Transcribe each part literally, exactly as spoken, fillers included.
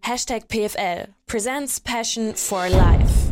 Hashtag P F L presents Passion for Life.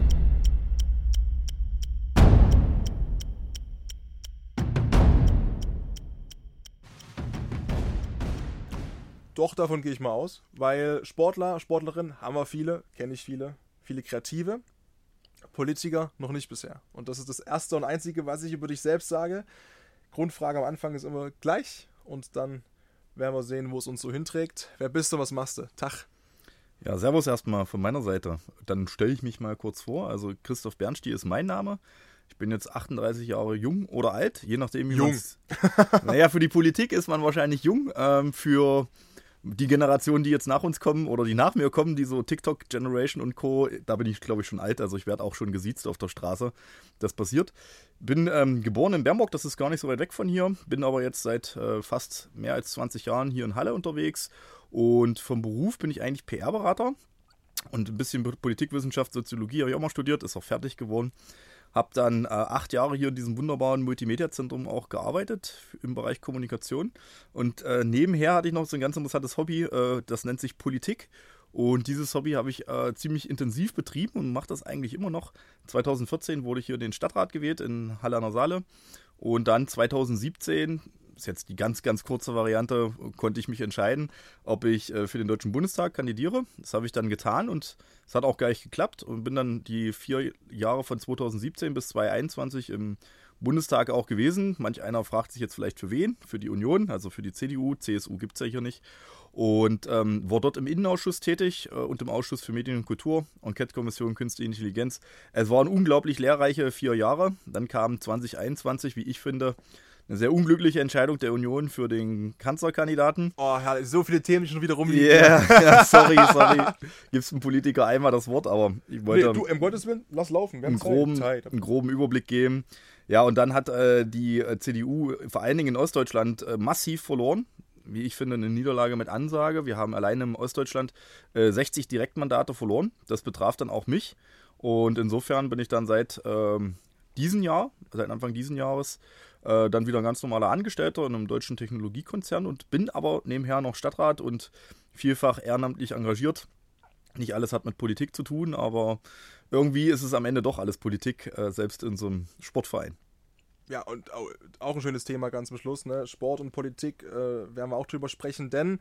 Doch, davon gehe ich mal aus, weil Sportler, Sportlerinnen haben wir viele, kenne ich viele, viele Kreative, Politiker noch nicht bisher. Und das ist das Erste und Einzige, was ich über dich selbst sage. Grundfrage am Anfang ist immer gleich und dann werden wir sehen, wo es uns so hinträgt. Wer bist du, was machst du? Tag. Ja, servus erstmal von meiner Seite. Dann stelle ich mich mal kurz vor. Also Christoph Bernstiel ist mein Name. Ich bin jetzt achtunddreißig Jahre jung oder alt, je nachdem wie man es... Naja, für die Politik ist man wahrscheinlich jung, ähm, für... Die Generationen, die jetzt nach uns kommen oder die nach mir kommen, die so TikTok-Generation und Co., da bin ich, glaube ich, schon alt. Also ich werde auch schon gesiezt auf der Straße. Das passiert. Bin ähm, geboren in Bernburg, das ist gar nicht so weit weg von hier. Bin aber jetzt seit äh, fast mehr als zwanzig Jahren hier in Halle unterwegs. Und vom Beruf bin ich eigentlich P R-Berater. Und ein bisschen Politikwissenschaft, Soziologie habe ich auch mal studiert, ist auch fertig geworden. Habe dann äh, acht Jahre hier in diesem wunderbaren Multimedia-Zentrum auch gearbeitet im Bereich Kommunikation. Und äh, nebenher hatte ich noch so ein ganz interessantes Hobby, äh, das nennt sich Politik. Und dieses Hobby habe ich äh, ziemlich intensiv betrieben und mache das eigentlich immer noch. zweitausendvierzehn wurde ich hier in den Stadtrat gewählt in Halle an der Saale. Und dann zweitausendsiebzehn, ist jetzt die ganz, ganz kurze Variante, konnte ich mich entscheiden, ob ich äh, für den Deutschen Bundestag kandidiere. Das habe ich dann getan und es hat auch gleich geklappt und bin dann die vier Jahre von zweitausendsiebzehn bis zweitausendeinundzwanzig im Bundestag auch gewesen. Manch einer fragt sich jetzt vielleicht für wen? Für die Union, also für die C D U. C S U gibt es ja hier nicht. Und ähm, war dort im Innenausschuss tätig äh, und im Ausschuss für Medien und Kultur, Enquete-Kommission Künstliche Intelligenz. Es waren unglaublich lehrreiche vier Jahre. Dann kam zweitausendeinundzwanzig, wie ich finde, eine sehr unglückliche Entscheidung der Union für den Kanzlerkandidaten. Oh, ja, so viele Themen, die schon wieder rumliegen. Yeah, ja, sorry, sorry. Gibst dem Politiker einmal das Wort, aber ich wollte... Nee, du, um Gottes Willen, lass laufen. Wir haben einen, groben, Zeit. einen groben Überblick geben. Ja, und dann hat äh, die äh, C D U vor allen Dingen in Ostdeutschland äh, massiv verloren. Wie ich finde, eine Niederlage mit Ansage. Wir haben alleine im Ostdeutschland äh, sechzig Direktmandate verloren. Das betraf dann auch mich. Und insofern bin ich dann seit ähm, diesem Jahr, seit Anfang dieses Jahres, äh, dann wieder ein ganz normaler Angestellter in einem deutschen Technologiekonzern und bin aber nebenher noch Stadtrat und vielfach ehrenamtlich engagiert. Nicht alles hat mit Politik zu tun, aber irgendwie ist es am Ende doch alles Politik, äh, selbst in so einem Sportverein. Ja, und auch ein schönes Thema ganz zum Schluss, ne? Sport und Politik, äh, werden wir auch drüber sprechen, denn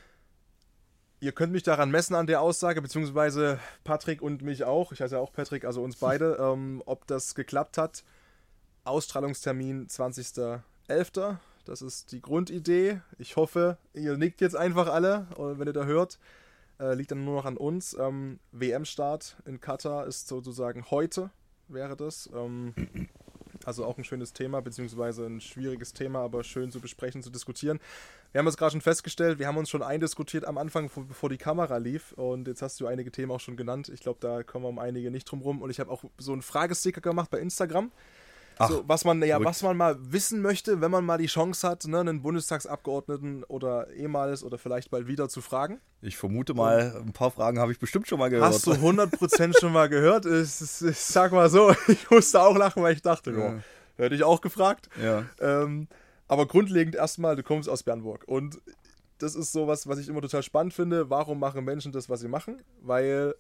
ihr könnt mich daran messen an der Aussage, beziehungsweise Patrick und mich auch, ich heiße ja auch Patrick, also uns beide, ähm, ob das geklappt hat. Ausstrahlungstermin zwanzigster elfter Das ist die Grundidee. Ich hoffe, ihr nickt jetzt einfach alle, wenn ihr da hört. Äh, liegt dann nur noch an uns. Ähm, W M-Start in Katar ist sozusagen heute, wäre das. Ähm, also auch ein schönes Thema, beziehungsweise ein schwieriges Thema, aber schön zu besprechen, zu diskutieren. Wir haben es gerade schon festgestellt, wir haben uns schon eindiskutiert am Anfang, bevor die Kamera lief. Und jetzt hast du einige Themen auch schon genannt. Ich glaube, da kommen wir um einige nicht drum rum. Und ich habe auch so einen Fragesticker gemacht bei Instagram. Ach, so, was man ja, was man mal wissen möchte, wenn man mal die Chance hat, ne, einen Bundestagsabgeordneten oder ehemals oder vielleicht bald wieder zu fragen. Ich vermute mal, ein paar Fragen habe ich bestimmt schon mal gehört. Hast du hundert Prozent schon mal gehört? Ich, ich, ich sag mal so, ich musste auch lachen, weil ich dachte, ja. oh, hätte ich auch gefragt. Ja. Ähm, aber grundlegend erstmal, du kommst aus Bernburg und das ist sowas, was ich immer total spannend finde. Warum machen Menschen das, was sie machen? Weil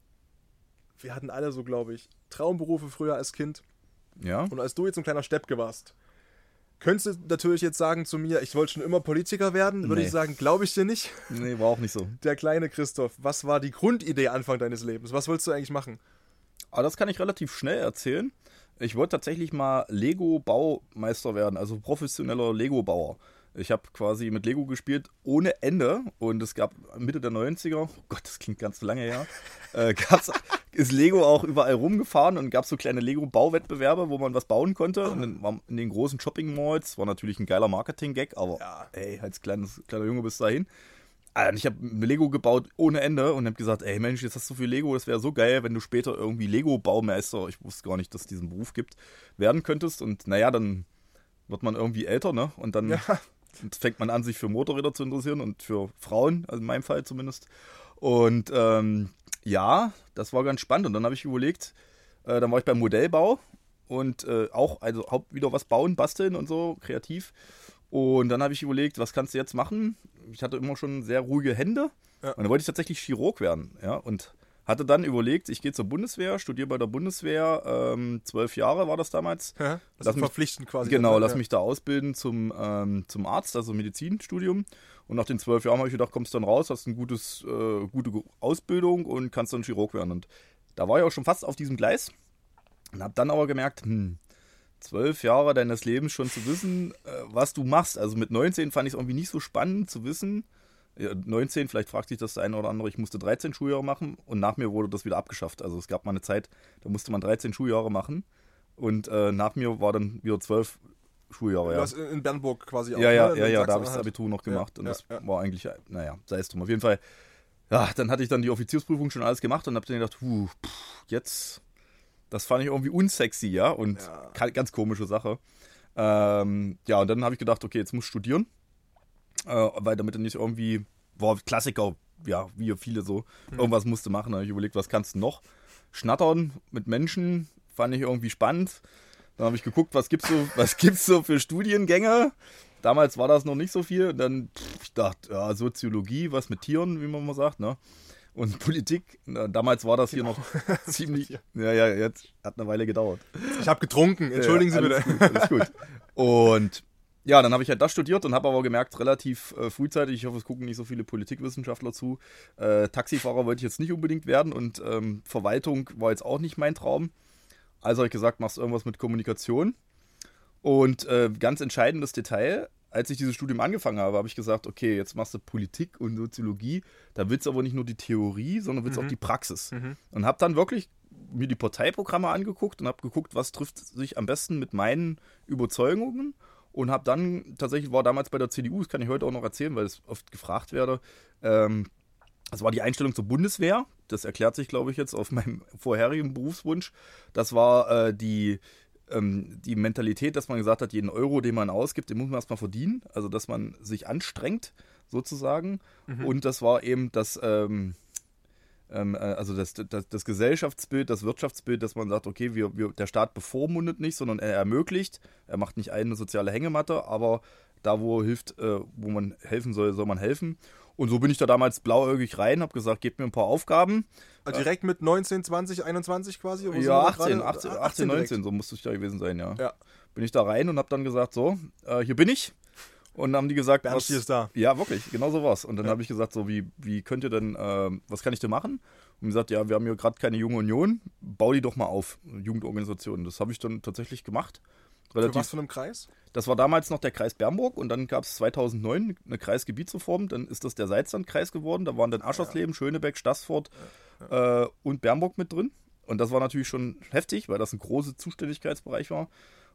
wir hatten alle so, glaube ich, Traumberufe früher als Kind. Ja. Und als du jetzt ein kleiner Steppke warst, könntest du natürlich jetzt sagen zu mir, ich wollte schon immer Politiker werden, würde Nee. ich sagen, glaube ich dir nicht. Nee, war auch nicht so. Der kleine Christoph, was war die Grundidee Anfang deines Lebens? Was wolltest du eigentlich machen? Aber das kann ich relativ schnell erzählen. Ich wollte tatsächlich mal Lego-Baumeister werden, also professioneller Lego-Bauer. Ich habe quasi mit Lego gespielt ohne Ende und es gab Mitte der neunziger, oh Gott, das klingt ganz lange her, äh, gab's, ist Lego auch überall rumgefahren und gab so kleine Lego-Bauwettbewerbe, wo man was bauen konnte. Und dann war in den großen Shopping-Malls, war natürlich ein geiler Marketing-Gag, aber Ja. ey, als kleines, kleiner Junge bis dahin. Und ich habe Lego gebaut ohne Ende und habe gesagt, ey Mensch, jetzt hast du viel Lego, das wäre so geil, wenn du später irgendwie Lego-Baumeister, ich wusste gar nicht, dass es diesen Beruf gibt, werden könntest. Und naja, dann wird man irgendwie älter, ne? Und dann... Ja. Und fängt man an, sich für Motorräder zu interessieren und für Frauen, also in meinem Fall zumindest. Und ähm, ja, das war ganz spannend. Und dann habe ich überlegt, äh, dann war ich beim Modellbau und äh, auch also haupt wieder was bauen, basteln und so, kreativ. Und dann habe ich überlegt, was kannst du jetzt machen? Ich hatte immer schon sehr ruhige Hände Ja. Und dann wollte ich tatsächlich Chirurg werden, ja, und hatte dann überlegt, ich gehe zur Bundeswehr, studiere bei der Bundeswehr, ähm, zwölf Jahre war das damals. Ja, das lass ist mich, verpflichtend quasi. Genau, dann, lass ja. mich da ausbilden zum, ähm, zum Arzt, also Medizinstudium. Und nach den zwölf Jahren habe ich gedacht, kommst dann raus, hast eine gutes, äh, gute Ausbildung und kannst dann Chirurg werden. Und da war ich auch schon fast auf diesem Gleis und habe dann aber gemerkt, hm, zwölf Jahre deines Lebens schon zu wissen, äh, was du machst. Also mit neunzehn fand ich es irgendwie nicht so spannend zu wissen. Ja, neunzehn, vielleicht fragt sich das der eine oder andere, ich musste dreizehn Schuljahre machen und nach mir wurde das wieder abgeschafft. Also es gab mal eine Zeit, da musste man dreizehn Schuljahre machen und äh, nach mir war dann wieder zwölf Schuljahre. Du Ja. hast in Bernburg quasi auch. Ja, ja, ne? ja, In ja, da Sachsen habe ich das halt. Abitur noch gemacht Ja, und das ja, ja. war eigentlich, naja, sei es drum. Auf jeden Fall, ja, dann hatte ich dann die Offiziersprüfung schon alles gemacht und habe dann gedacht, puh, pff, jetzt, das fand ich irgendwie unsexy, ja, und Ja. ka- ganz komische Sache. Ähm, ja, und dann habe ich gedacht, okay, jetzt muss ich studieren, äh, weil damit dann nicht irgendwie, war Klassiker, ja, wie viele so, Hm. irgendwas musste machen. Da habe ich überlegt, was kannst du noch? Schnattern mit Menschen, fand ich irgendwie spannend. Dann habe ich geguckt, was gibt's so, was gibt's so für Studiengänge. Damals war das noch nicht so viel. Und dann, pff, ich dachte, ja, Soziologie, was mit Tieren, wie man mal sagt, ne? Und Politik, na, damals war das hier noch ziemlich, ja, ja, jetzt hat eine Weile gedauert. Ich habe getrunken, entschuldigen Ja, Sie alles bitte. Gut, alles gut. Und ja, dann habe ich halt das studiert und habe aber gemerkt, relativ äh, frühzeitig, ich hoffe, es gucken nicht so viele Politikwissenschaftler zu, äh, Taxifahrer wollte ich jetzt nicht unbedingt werden und ähm, Verwaltung war jetzt auch nicht mein Traum. Also habe ich gesagt, machst irgendwas mit Kommunikation. Und äh, ganz entscheidendes Detail, als ich dieses Studium angefangen habe, habe ich gesagt, okay, jetzt machst du Politik und Soziologie, da willst du aber nicht nur die Theorie, sondern willst Mhm. auch die Praxis. Mhm. Und habe dann wirklich mir die Parteiprogramme angeguckt und habe geguckt, was trifft sich am besten mit meinen Überzeugungen. Und habe dann, tatsächlich war damals bei der C D U, das kann ich heute auch noch erzählen, weil es oft gefragt werde, ähm, das war die Einstellung zur Bundeswehr. Das erklärt sich, glaube ich, jetzt auf meinem vorherigen Berufswunsch. Das war äh, die, ähm, die Mentalität, dass man gesagt hat, jeden Euro, den man ausgibt, den muss man erstmal verdienen. Also, dass man sich anstrengt, sozusagen. Mhm. Und das war eben das, ähm, ähm, äh, also das, das, das Gesellschaftsbild, das Wirtschaftsbild, dass man sagt, okay, wir, wir, der Staat bevormundet nicht, sondern er ermöglicht. Er macht nicht eine soziale Hängematte, aber da, wo er hilft, äh, wo man helfen soll, soll man helfen. Und so bin ich da damals blauäugig rein, habe gesagt, gebt mir ein paar Aufgaben. Also direkt mit neunzehn, zwanzig, einundzwanzig quasi? Oder Ja, so achtzehn, gerade? achtzehn, Ah, achtzehn, direkt. neunzehn, so musste ich da gewesen sein, ja. Ja. Bin ich da rein und habe dann gesagt, so, äh, hier bin ich. Und dann haben die gesagt, Bernstein ist da. Ja, wirklich, genau so war's. Und dann Ja. habe ich gesagt, so, wie, wie könnt ihr denn, ähm, was kann ich denn machen? Und gesagt, ja, wir haben hier gerade keine Junge Union, bau die doch mal auf, Jugendorganisationen. Das habe ich dann tatsächlich gemacht. Für Relativ, was für einen Kreis? das war damals noch der Kreis Bernburg und dann gab es zweitausendneun eine Kreisgebietsreform, dann ist das der Salzlandkreis geworden, da waren dann Aschersleben, Schönebeck, Staßfurt äh, und Bernburg mit drin. Und das war natürlich schon heftig, weil das ein großer Zuständigkeitsbereich war.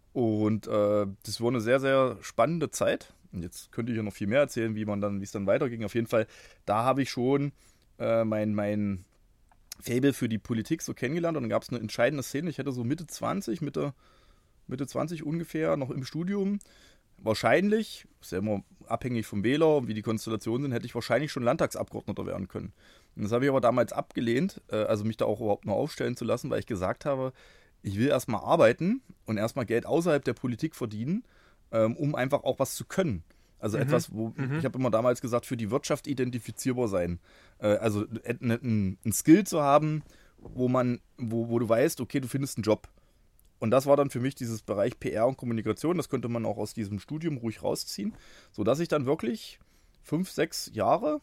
Und äh, das war eine sehr, sehr spannende Zeit. Und jetzt könnte ich ja noch viel mehr erzählen, wie man dann, wie es dann weiterging. Auf jeden Fall, da habe ich schon äh, mein, mein Faible für die Politik so kennengelernt. Und dann gab es eine entscheidende Szene. Ich hatte so Mitte zwanzig, Mitte, Mitte zwanzig ungefähr, noch im Studium. Wahrscheinlich, ist ja immer abhängig vom Wähler und wie die Konstellationen sind, hätte ich wahrscheinlich schon Landtagsabgeordneter werden können. Und das habe ich aber damals abgelehnt, äh, also mich da auch überhaupt noch aufstellen zu lassen, weil ich gesagt habe, ich will erstmal arbeiten und erstmal Geld außerhalb der Politik verdienen, ähm, um einfach auch was zu können. Also Mhm. etwas, wo Mhm. ich habe immer damals gesagt, für die Wirtschaft identifizierbar sein. Äh, also ein, ein Skill zu haben, wo man, wo, wo du weißt, okay, du findest einen Job. Und das war dann für mich dieses Bereich P R und Kommunikation. Das könnte man auch aus diesem Studium ruhig rausziehen, sodass ich dann wirklich fünf, sechs Jahre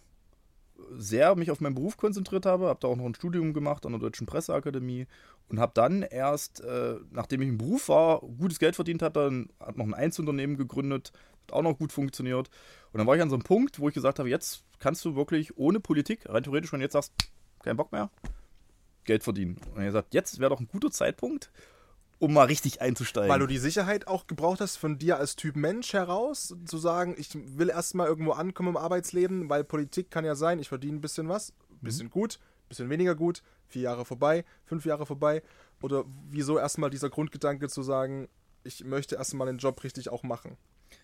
sehr mich auf meinen Beruf konzentriert habe. Habe da auch noch ein Studium gemacht an der Deutschen Presseakademie und habe dann erst, äh, nachdem ich im Beruf war, gutes Geld verdient hatte, dann hat noch ein Einzelunternehmen gegründet, hat auch noch gut funktioniert. Und dann war ich an so einem Punkt, wo ich gesagt habe, jetzt kannst du wirklich ohne Politik, rein theoretisch, wenn du jetzt sagst, kein Bock mehr, Geld verdienen. Und er sagt, jetzt wäre doch ein guter Zeitpunkt, um mal richtig einzusteigen. Weil du die Sicherheit auch gebraucht hast von dir als Typ Mensch heraus, zu sagen, ich will erstmal irgendwo ankommen im Arbeitsleben, weil Politik kann ja sein, ich verdiene ein bisschen was, ein bisschen gut, ein bisschen weniger gut, vier Jahre vorbei, fünf Jahre vorbei. Oder wieso erstmal dieser Grundgedanke zu sagen, ich möchte erstmal den Job richtig auch machen?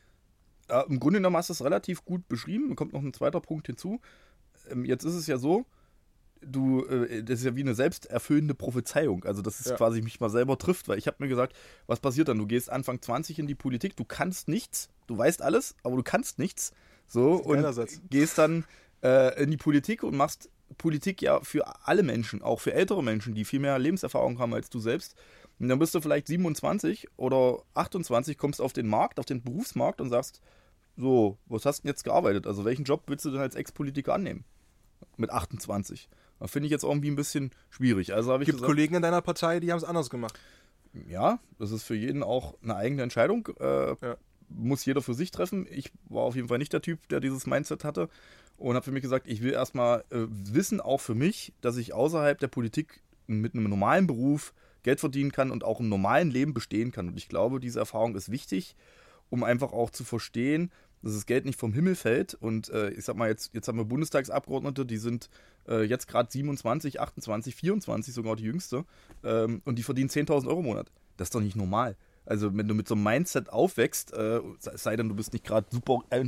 Äh, Im Grunde genommen hast du es relativ gut beschrieben. Da kommt noch ein zweiter Punkt hinzu. Ähm, jetzt ist es ja so, du, äh, das ist ja wie eine selbsterfüllende Prophezeiung. Also, dass es Ja. quasi mich mal selber trifft, weil ich habe mir gesagt, was passiert dann? Du gehst Anfang zwanzig in die Politik, du kannst nichts, du weißt alles, aber du kannst nichts. So, Das ist ein geiler und Satz. gehst dann äh, in die Politik und machst Politik ja für alle Menschen, auch für ältere Menschen, die viel mehr Lebenserfahrung haben als du selbst. Und dann bist du vielleicht siebenundzwanzig oder achtundzwanzig, kommst auf den Markt, auf den Berufsmarkt und sagst, so, was hast du denn jetzt gearbeitet? Also welchen Job willst du denn als Ex-Politiker annehmen? Mit achtundzwanzig. Da finde ich jetzt irgendwie ein bisschen schwierig. Also habe ich Gibt gesagt, Kollegen in deiner Partei, die haben es anders gemacht. ja, das ist für jeden auch eine eigene Entscheidung. Äh, Ja. Muss jeder für sich treffen. Ich war auf jeden Fall nicht der Typ, der dieses Mindset hatte und habe für mich gesagt, ich will erstmal äh, wissen, auch für mich, dass ich außerhalb der Politik mit einem normalen Beruf Geld verdienen kann und auch im normalen Leben bestehen kann. Und ich glaube, diese Erfahrung ist wichtig, um einfach auch zu verstehen, dass das Geld nicht vom Himmel fällt. Und äh, ich sag mal, jetzt, jetzt haben wir Bundestagsabgeordnete, die sind äh, jetzt gerade siebenundzwanzig, achtundzwanzig, vierundzwanzig, sogar die jüngste, ähm, und die verdienen zehntausend Euro im Monat. Das ist doch nicht normal. Also wenn du mit so einem Mindset aufwächst, äh, sei denn, du bist nicht gerade super, äh,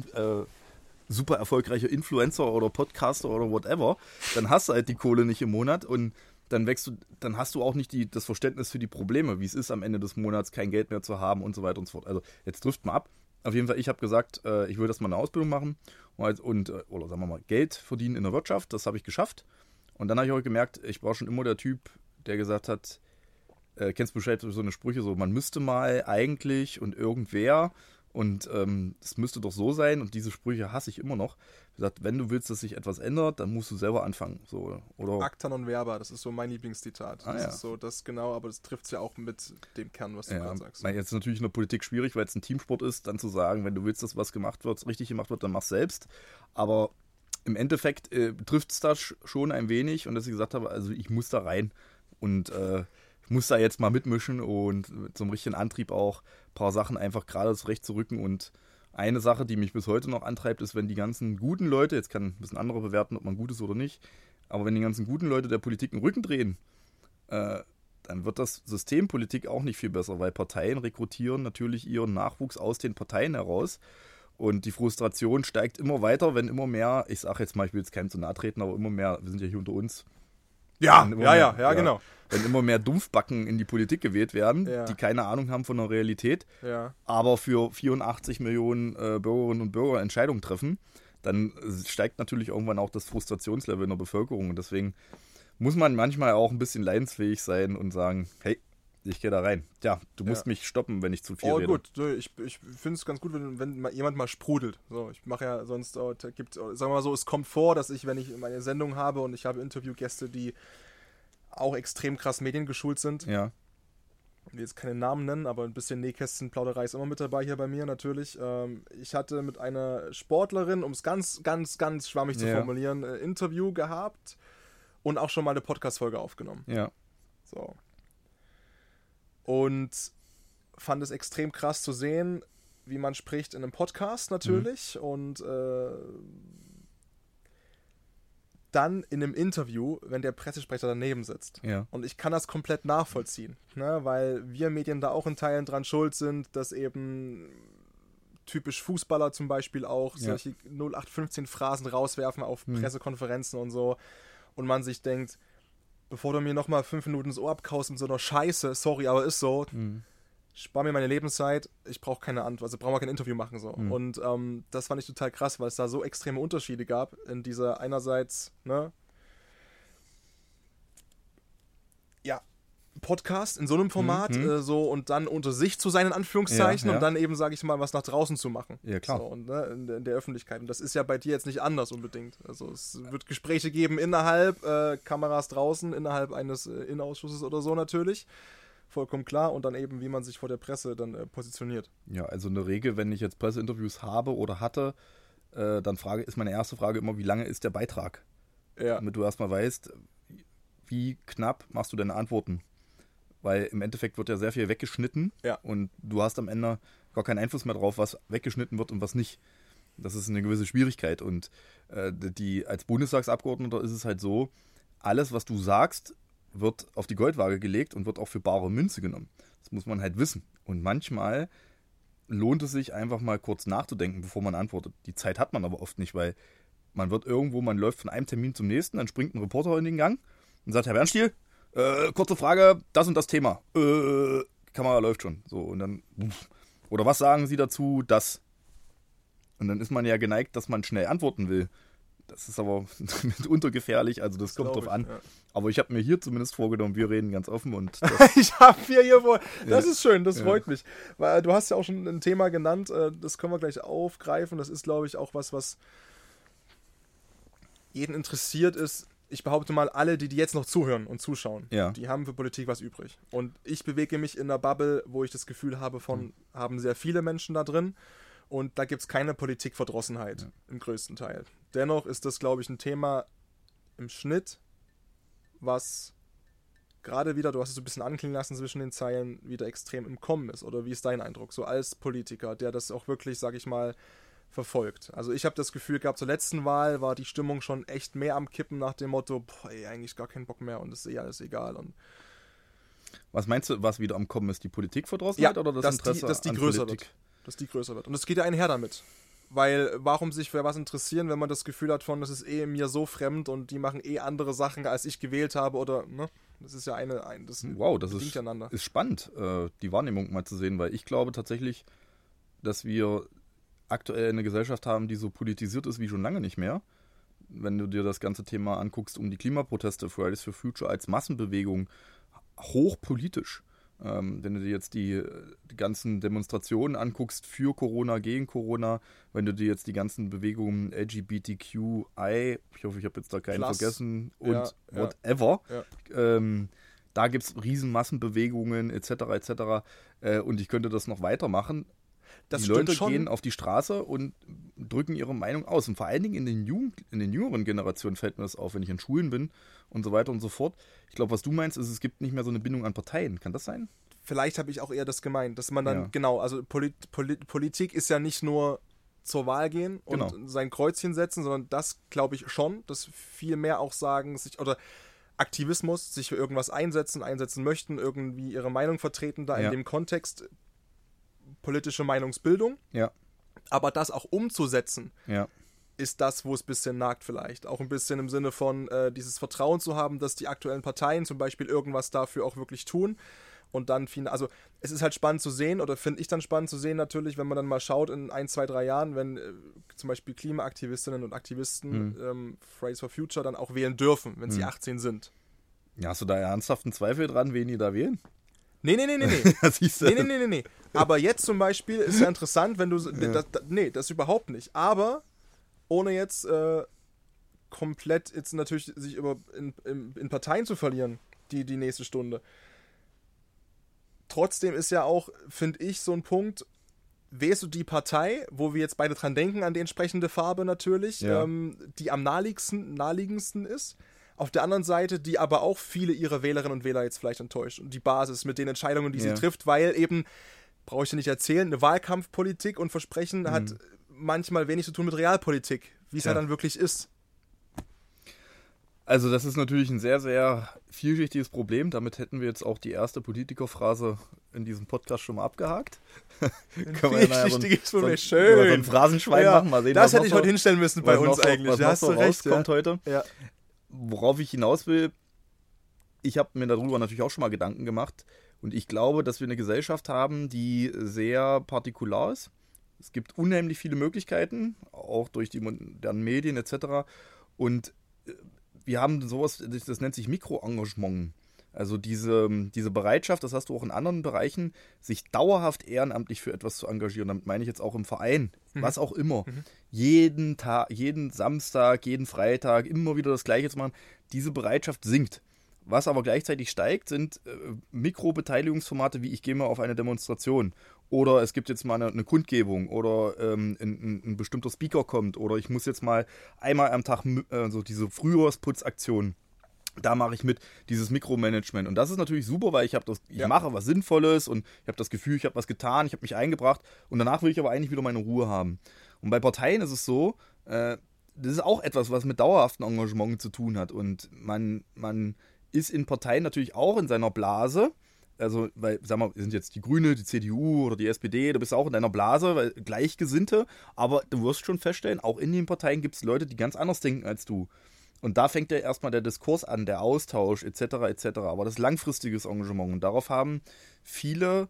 super erfolgreicher Influencer oder Podcaster oder whatever, dann hast du halt die Kohle nicht im Monat und dann wächst du, dann hast du auch nicht die, das Verständnis für die Probleme, wie es ist, am Ende des Monats kein Geld mehr zu haben und so weiter und so fort. Also jetzt trifft man ab. Auf jeden Fall, ich habe gesagt, äh, ich will das mal eine Ausbildung machen und, und äh, oder sagen wir mal, Geld verdienen in der Wirtschaft. Das habe ich geschafft. Und dann habe ich auch gemerkt, ich war schon immer der Typ, der gesagt hat, äh, kennst du Bescheid, so eine Sprüche, so man müsste mal eigentlich und irgendwer und ähm, es müsste doch so sein und diese Sprüche hasse ich immer noch. Ich gesagt, wenn du willst, dass sich etwas ändert, dann musst du selber anfangen. So, oder Acta non verba, das ist so mein Lieblingszitat. Ah, das ja. ist so das genau, aber das trifft es ja auch mit dem Kern, was du ja, gerade sagst. jetzt ist natürlich in der Politik schwierig, weil es ein Teamsport ist, dann zu sagen, wenn du willst, dass was gemacht wird, richtig gemacht wird, dann mach selbst. Aber im Endeffekt äh, trifft es da sch- schon ein wenig und dass ich gesagt habe, also ich muss da rein und äh, ich muss da jetzt mal mitmischen und mit so einem richtigen Antrieb auch ein paar Sachen einfach gerade zurecht zu rücken. Und eine Sache, die mich bis heute noch antreibt, ist, wenn die ganzen guten Leute, jetzt kann ein bisschen andere bewerten, ob man gut ist oder nicht, aber wenn die ganzen guten Leute der Politik den Rücken drehen, äh, dann wird das System Politik auch nicht viel besser, weil Parteien rekrutieren natürlich ihren Nachwuchs aus den Parteien heraus. Und die Frustration steigt immer weiter, wenn immer mehr, ich sage jetzt mal, ich will jetzt keinem zu nahe treten, aber immer mehr, wir sind ja hier unter uns. Ja, Wenn immer ja, mehr, ja, ja, genau. Wenn immer mehr Dumpfbacken in die Politik gewählt werden, Ja. die keine Ahnung haben von der Realität, Ja. aber für vierundachtzig Millionen äh, Bürgerinnen und Bürger Entscheidungen treffen, dann steigt natürlich irgendwann auch das Frustrationslevel in der Bevölkerung. Und deswegen muss man manchmal auch ein bisschen leidensfähig sein und sagen, hey, ich gehe da rein. Tja, du musst Ja. mich stoppen, wenn ich zu viel Oh rede. gut, so, ich, ich finde es ganz gut, wenn, wenn mal jemand mal sprudelt. So, ich mache ja sonst, oh, da gibt, oh, sagen wir mal so, es kommt vor, dass ich, wenn ich meine Sendung habe und ich habe Interviewgäste, die auch extrem krass mediengeschult sind, Ja, ich will jetzt keine Namen nennen, aber ein bisschen Nähkästchenplauderei ist immer mit dabei hier bei mir natürlich. Ähm, ich hatte mit einer Sportlerin, um es ganz, ganz, ganz schwammig zu Ja. formulieren, ein Interview gehabt und auch schon mal eine Podcast-Folge aufgenommen. ja, So. Und fand es extrem krass zu sehen, wie man spricht in einem Podcast natürlich Mhm. und äh, dann in einem Interview, wenn der Pressesprecher daneben sitzt. ja. Und ich kann das komplett nachvollziehen, ne? Weil wir Medien da auch in Teilen dran schuld sind, dass eben typisch Fußballer zum Beispiel auch Ja. solche null acht fünfzehn Phrasen rauswerfen auf Mhm. Pressekonferenzen und so und man sich denkt, bevor du mir nochmal fünf Minuten ins Ohr abkaust mit so einer Scheiße, sorry, aber ist so, Mhm. spar mir meine Lebenszeit, ich brauche keine Antwort, also brauche mal kein Interview machen so. Mhm. Und ähm, das fand ich total krass, weil es da so extreme Unterschiede gab in dieser einerseits, ne, ja, Podcast in so einem Format, Mhm. äh, so und dann unter sich zu sein, in Anführungszeichen, Ja, ja. und dann eben, sage ich mal, was nach draußen zu machen. Ja, klar. So, und, ne, in, der- in der Öffentlichkeit. Und das ist ja bei dir jetzt nicht anders unbedingt. Also es wird Gespräche geben innerhalb, äh, Kameras draußen, innerhalb eines äh, Innenausschusses oder so natürlich. Vollkommen klar. Und dann eben, wie man sich vor der Presse dann äh, positioniert. Ja, also in der Regel, wenn ich jetzt Presseinterviews habe oder hatte, äh, dann frage, ist meine erste Frage immer, wie lange ist der Beitrag? Ja. Damit du erstmal weißt, wie knapp machst du deine Antworten? Weil im Endeffekt wird ja sehr viel weggeschnitten Ja. und du hast am Ende gar keinen Einfluss mehr drauf, was weggeschnitten wird und was nicht. Das ist eine gewisse Schwierigkeit und äh, die, als Bundestagsabgeordneter ist es halt so, alles, was du sagst, wird auf die Goldwaage gelegt und wird auch für bare Münze genommen. Das muss man halt wissen. Und manchmal lohnt es sich einfach mal kurz nachzudenken, bevor man antwortet. Die Zeit hat man aber oft nicht, weil man wird irgendwo, man läuft von einem Termin zum nächsten, dann springt ein Reporter in den Gang und sagt, Herr Bernstiel, äh, kurze Frage, das und das Thema. Äh, Kamera läuft schon. So, und dann, oder was sagen Sie dazu, das? Und dann ist man ja geneigt, dass man schnell antworten will. Das ist aber mitunter gefährlich, also das, das kommt drauf an. Ja. Aber ich habe mir hier zumindest vorgenommen, wir reden ganz offen. Und ich habe hier hier vor. Das ja. ist schön, das ja. freut mich. Weil du hast ja auch schon ein Thema genannt, das können wir gleich aufgreifen. Das ist, glaube ich, auch was, was jeden interessiert ist. Ich behaupte mal, alle, die, die jetzt noch zuhören und zuschauen, ja. die haben für Politik was übrig. Und ich bewege mich in einer Bubble, wo ich das Gefühl habe, von mhm. haben sehr viele Menschen da drin. Und da gibt es keine Politikverdrossenheit ja. im größten Teil. Dennoch ist das, glaube ich, ein Thema im Schnitt, was gerade wieder, du hast es so ein bisschen anklingen lassen zwischen den Zeilen, wieder extrem im Kommen ist. Oder wie ist dein Eindruck? So als Politiker, der das auch wirklich, sag ich mal, verfolgt. Also ich habe das Gefühl gehabt, zur letzten Wahl war die Stimmung schon echt mehr am Kippen nach dem Motto, boah, ey, eigentlich gar keinen Bock mehr und es ist eh alles egal. Und was meinst du, was wieder am Kommen ist? Die Politikverdrossenheit ja, oder das dass Interesse die, dass die an größer Politik? Wird. Dass die größer wird. Und es geht ja einher damit. Weil, warum sich für was interessieren, wenn man das Gefühl hat von, das ist eh mir so fremd und die machen eh andere Sachen, als ich gewählt habe oder, ne? Das ist ja eine, ein, das wow, das ist, ist spannend, äh, die Wahrnehmung mal zu sehen, weil ich glaube tatsächlich, dass wir aktuell eine Gesellschaft haben, die so politisiert ist wie schon lange nicht mehr. Wenn du dir das ganze Thema anguckst um die Klimaproteste, Fridays for Future als Massenbewegung, hochpolitisch. Ähm, wenn du dir jetzt die, die ganzen Demonstrationen anguckst für Corona, gegen Corona, wenn du dir jetzt die ganzen Bewegungen L G B T Q I, ich hoffe, ich habe jetzt da keinen Plus. vergessen, und ja, whatever, ja. Ähm, da gibt es riesen Massenbewegungen et cetera et cetera. Äh, und ich könnte das noch weitermachen. Das die Leute schon. Gehen auf die Straße und drücken ihre Meinung aus. Und vor allen Dingen in den, Jugend, in den jüngeren Generationen fällt mir das auf, wenn ich in Schulen bin und so weiter und so fort. Ich glaube, was du meinst, ist, es gibt nicht mehr so eine Bindung an Parteien. Kann das sein? Vielleicht habe ich auch eher das gemeint, dass man dann, ja. genau, also Polit, Polit, Politik ist ja nicht nur zur Wahl gehen und genau. sein Kreuzchen setzen, sondern das glaube ich schon, dass viel mehr auch sagen, sich oder Aktivismus, sich für irgendwas einsetzen, einsetzen möchten, irgendwie ihre Meinung vertreten, da ja. in dem Kontext politische Meinungsbildung, ja. aber das auch umzusetzen, ja. ist das, wo es ein bisschen nagt vielleicht. Auch ein bisschen im Sinne von äh, dieses Vertrauen zu haben, dass die aktuellen Parteien zum Beispiel irgendwas dafür auch wirklich tun und dann, also es ist halt spannend zu sehen oder finde ich dann spannend zu sehen natürlich, wenn man dann mal schaut in ein, zwei, drei Jahren, wenn äh, zum Beispiel Klimaaktivistinnen und Aktivisten mhm. ähm, Fridays for Future dann auch wählen dürfen, wenn mhm. sie achtzehn sind. Ja, hast du da ernsthaften Zweifel dran, wen die da wählen? Nee, nee, nee, nee, nee. Siehst du? nee, nee, nee, nee, nee. Aber jetzt zum Beispiel ist ja interessant, wenn du, ja. das, das, nee, das überhaupt nicht. Aber ohne jetzt äh, komplett jetzt natürlich sich über in, in, in Parteien zu verlieren, die, die nächste Stunde. Trotzdem ist ja auch, finde ich, so ein Punkt, wählst du die Partei, wo wir jetzt beide dran denken, an die entsprechende Farbe natürlich, ja. ähm, die am naheliegendsten, naheliegendsten ist. Auf der anderen Seite, die aber auch viele ihrer Wählerinnen und Wähler jetzt vielleicht enttäuscht. Und die Basis mit den Entscheidungen, die ja. sie trifft, weil eben, brauche ich dir nicht erzählen, eine Wahlkampfpolitik und Versprechen mhm. hat manchmal wenig zu tun mit Realpolitik, wie es ja. halt dann wirklich ist. Also das ist natürlich ein sehr, sehr vielschichtiges Problem. Damit hätten wir jetzt auch die erste Politikerphrase in diesem Podcast schon mal abgehakt. Vielschichtig ist für mich schön. So ein Phrasenschwein ja, machen, mal sehen, das hätte ich heute hinstellen müssen bei uns noch, eigentlich. Was da noch hast so du recht, rauskommt ja. heute. Ja. Worauf ich hinaus will, ich habe mir darüber natürlich auch schon mal Gedanken gemacht und ich glaube, dass wir eine Gesellschaft haben, die sehr partikular ist. Es gibt unheimlich viele Möglichkeiten, auch durch die modernen Medien et cetera. Und wir haben sowas, das nennt sich Mikroengagement. Also diese, diese Bereitschaft, das hast du auch in anderen Bereichen, sich dauerhaft ehrenamtlich für etwas zu engagieren. Damit meine ich jetzt auch im Verein, mhm. was auch immer. Mhm. Jeden Tag, jeden Samstag, jeden Freitag, immer wieder das Gleiche zu machen. Diese Bereitschaft sinkt. Was aber gleichzeitig steigt, sind äh, Mikrobeteiligungsformate, wie ich gehe mal auf eine Demonstration. Oder es gibt jetzt mal eine, eine Kundgebung oder ähm, ein, ein, ein bestimmter Speaker kommt. Oder ich muss jetzt mal einmal am Tag äh, so diese Frühjahrsputzaktion. Da mache ich mit, dieses Mikromanagement. Und das ist natürlich super, weil ich habe das, ich ja. mache was Sinnvolles und ich habe das Gefühl, ich habe was getan, ich habe mich eingebracht und danach will ich aber eigentlich wieder meine Ruhe haben. Und bei Parteien ist es so, äh, das ist auch etwas, was mit dauerhaftem Engagement zu tun hat. Und man, man ist in Parteien natürlich auch in seiner Blase. Also, weil, sag mal, sind jetzt die Grüne, die C D U oder die S P D, du bist auch in deiner Blase, weil Gleichgesinnte, aber du wirst schon feststellen, auch in den Parteien gibt es Leute, die ganz anders denken als du. Und da fängt ja erstmal der Diskurs an, der Austausch et cetera et cetera. Aber das ist langfristiges Engagement. Und darauf haben viele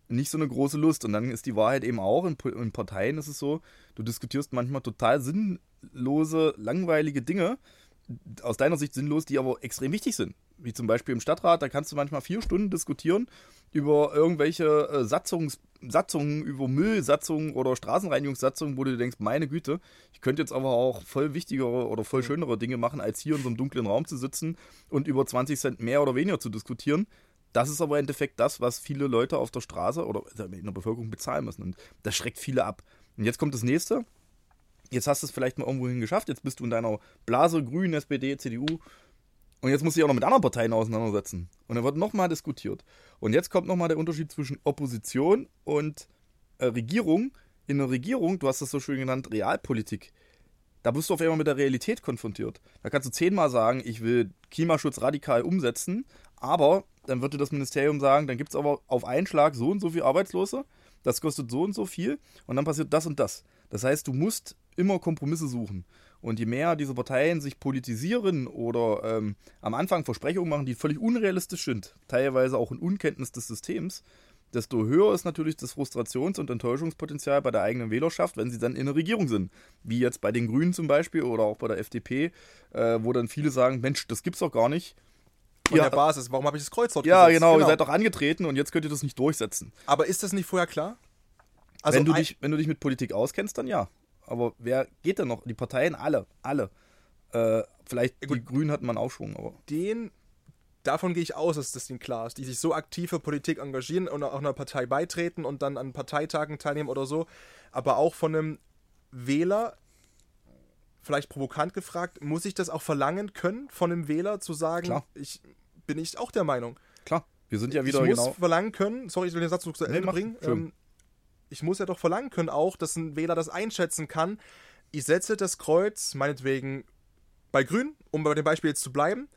nicht so eine große Lust. Und dann ist die Wahrheit eben auch, in, in Parteien ist es so, du diskutierst manchmal total sinnlose, langweilige Dinge, aus deiner Sicht sinnlos, die aber extrem wichtig sind. Wie zum Beispiel im Stadtrat, da kannst du manchmal vier Stunden diskutieren über irgendwelche äh, Satzungs, Satzungen, über Müllsatzungen oder Straßenreinigungssatzungen, wo du denkst, meine Güte, ich könnte jetzt aber auch voll wichtigere oder voll schönere Dinge machen, als hier in so einem dunklen Raum zu sitzen und über zwanzig Cent mehr oder weniger zu diskutieren. Das ist aber im Endeffekt das, was viele Leute auf der Straße oder in der Bevölkerung bezahlen müssen. Und das schreckt viele ab. Und jetzt kommt das Nächste. Jetzt hast du es vielleicht mal irgendwohin geschafft. Jetzt bist du in deiner Blase, Grün, S P D, C D U. Und jetzt musst du dich auch noch mit anderen Parteien auseinandersetzen. Und dann wird nochmal diskutiert. Und jetzt kommt nochmal der Unterschied zwischen Opposition und äh, Regierung. In der Regierung, du hast das so schön genannt, Realpolitik. Da bist du auf einmal mit der Realität konfrontiert. Da kannst du zehnmal sagen, ich will Klimaschutz radikal umsetzen, aber dann wird dir das Ministerium sagen, dann gibt es aber auf einen Schlag so und so viel Arbeitslose, das kostet so und so viel und dann passiert das und das. Das heißt, du musst immer Kompromisse suchen. Und je mehr diese Parteien sich politisieren oder ähm, am Anfang Versprechungen machen, die völlig unrealistisch sind, teilweise auch in Unkenntnis des Systems, desto höher ist natürlich das Frustrations- und Enttäuschungspotenzial bei der eigenen Wählerschaft, wenn sie dann in der Regierung sind. Wie jetzt bei den Grünen zum Beispiel oder auch bei der F D P, äh, wo dann viele sagen, Mensch, das gibt's doch gar nicht. Von ja, der Basis, warum habe ich das Kreuz dort Ja, gesetzt? genau, genau, ihr seid doch angetreten und jetzt könnt ihr das nicht durchsetzen. Aber ist das nicht vorher klar? Also wenn, du dich, wenn du dich mit Politik auskennst, dann ja. Aber wer geht denn noch? Die Parteien, alle, alle. Äh, vielleicht ja, die Grünen hatten mal einen Aufschwung, aber... Den, davon gehe ich aus, dass das denen klar ist, die sich so aktiv für Politik engagieren und auch einer Partei beitreten und dann an Parteitagen teilnehmen oder so. Aber auch von einem Wähler, vielleicht provokant gefragt, muss ich das auch verlangen können, von einem Wähler zu sagen, Klar. ich bin nicht auch der Meinung. Klar, wir sind ja wieder ich muss genau... verlangen können, sorry, ich will den Satz noch zu Ende nee, bringen, ähm, ich muss ja doch verlangen können auch, dass ein Wähler das einschätzen kann. Ich setze das Kreuz, meinetwegen bei Grün, um bei dem Beispiel jetzt zu bleiben,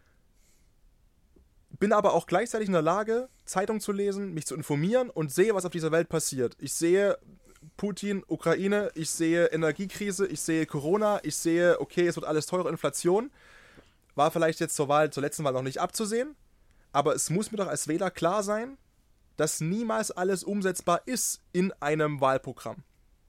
bin aber auch gleichzeitig in der Lage, Zeitung zu lesen, mich zu informieren und sehe, was auf dieser Welt passiert. Ich sehe Putin, Ukraine, ich sehe Energiekrise, ich sehe Corona, ich sehe, okay, es wird alles teurer, Inflation. War vielleicht jetzt zur Wahl, zur letzten Wahl noch nicht abzusehen, aber es muss mir doch als Wähler klar sein, dass niemals alles umsetzbar ist in einem Wahlprogramm.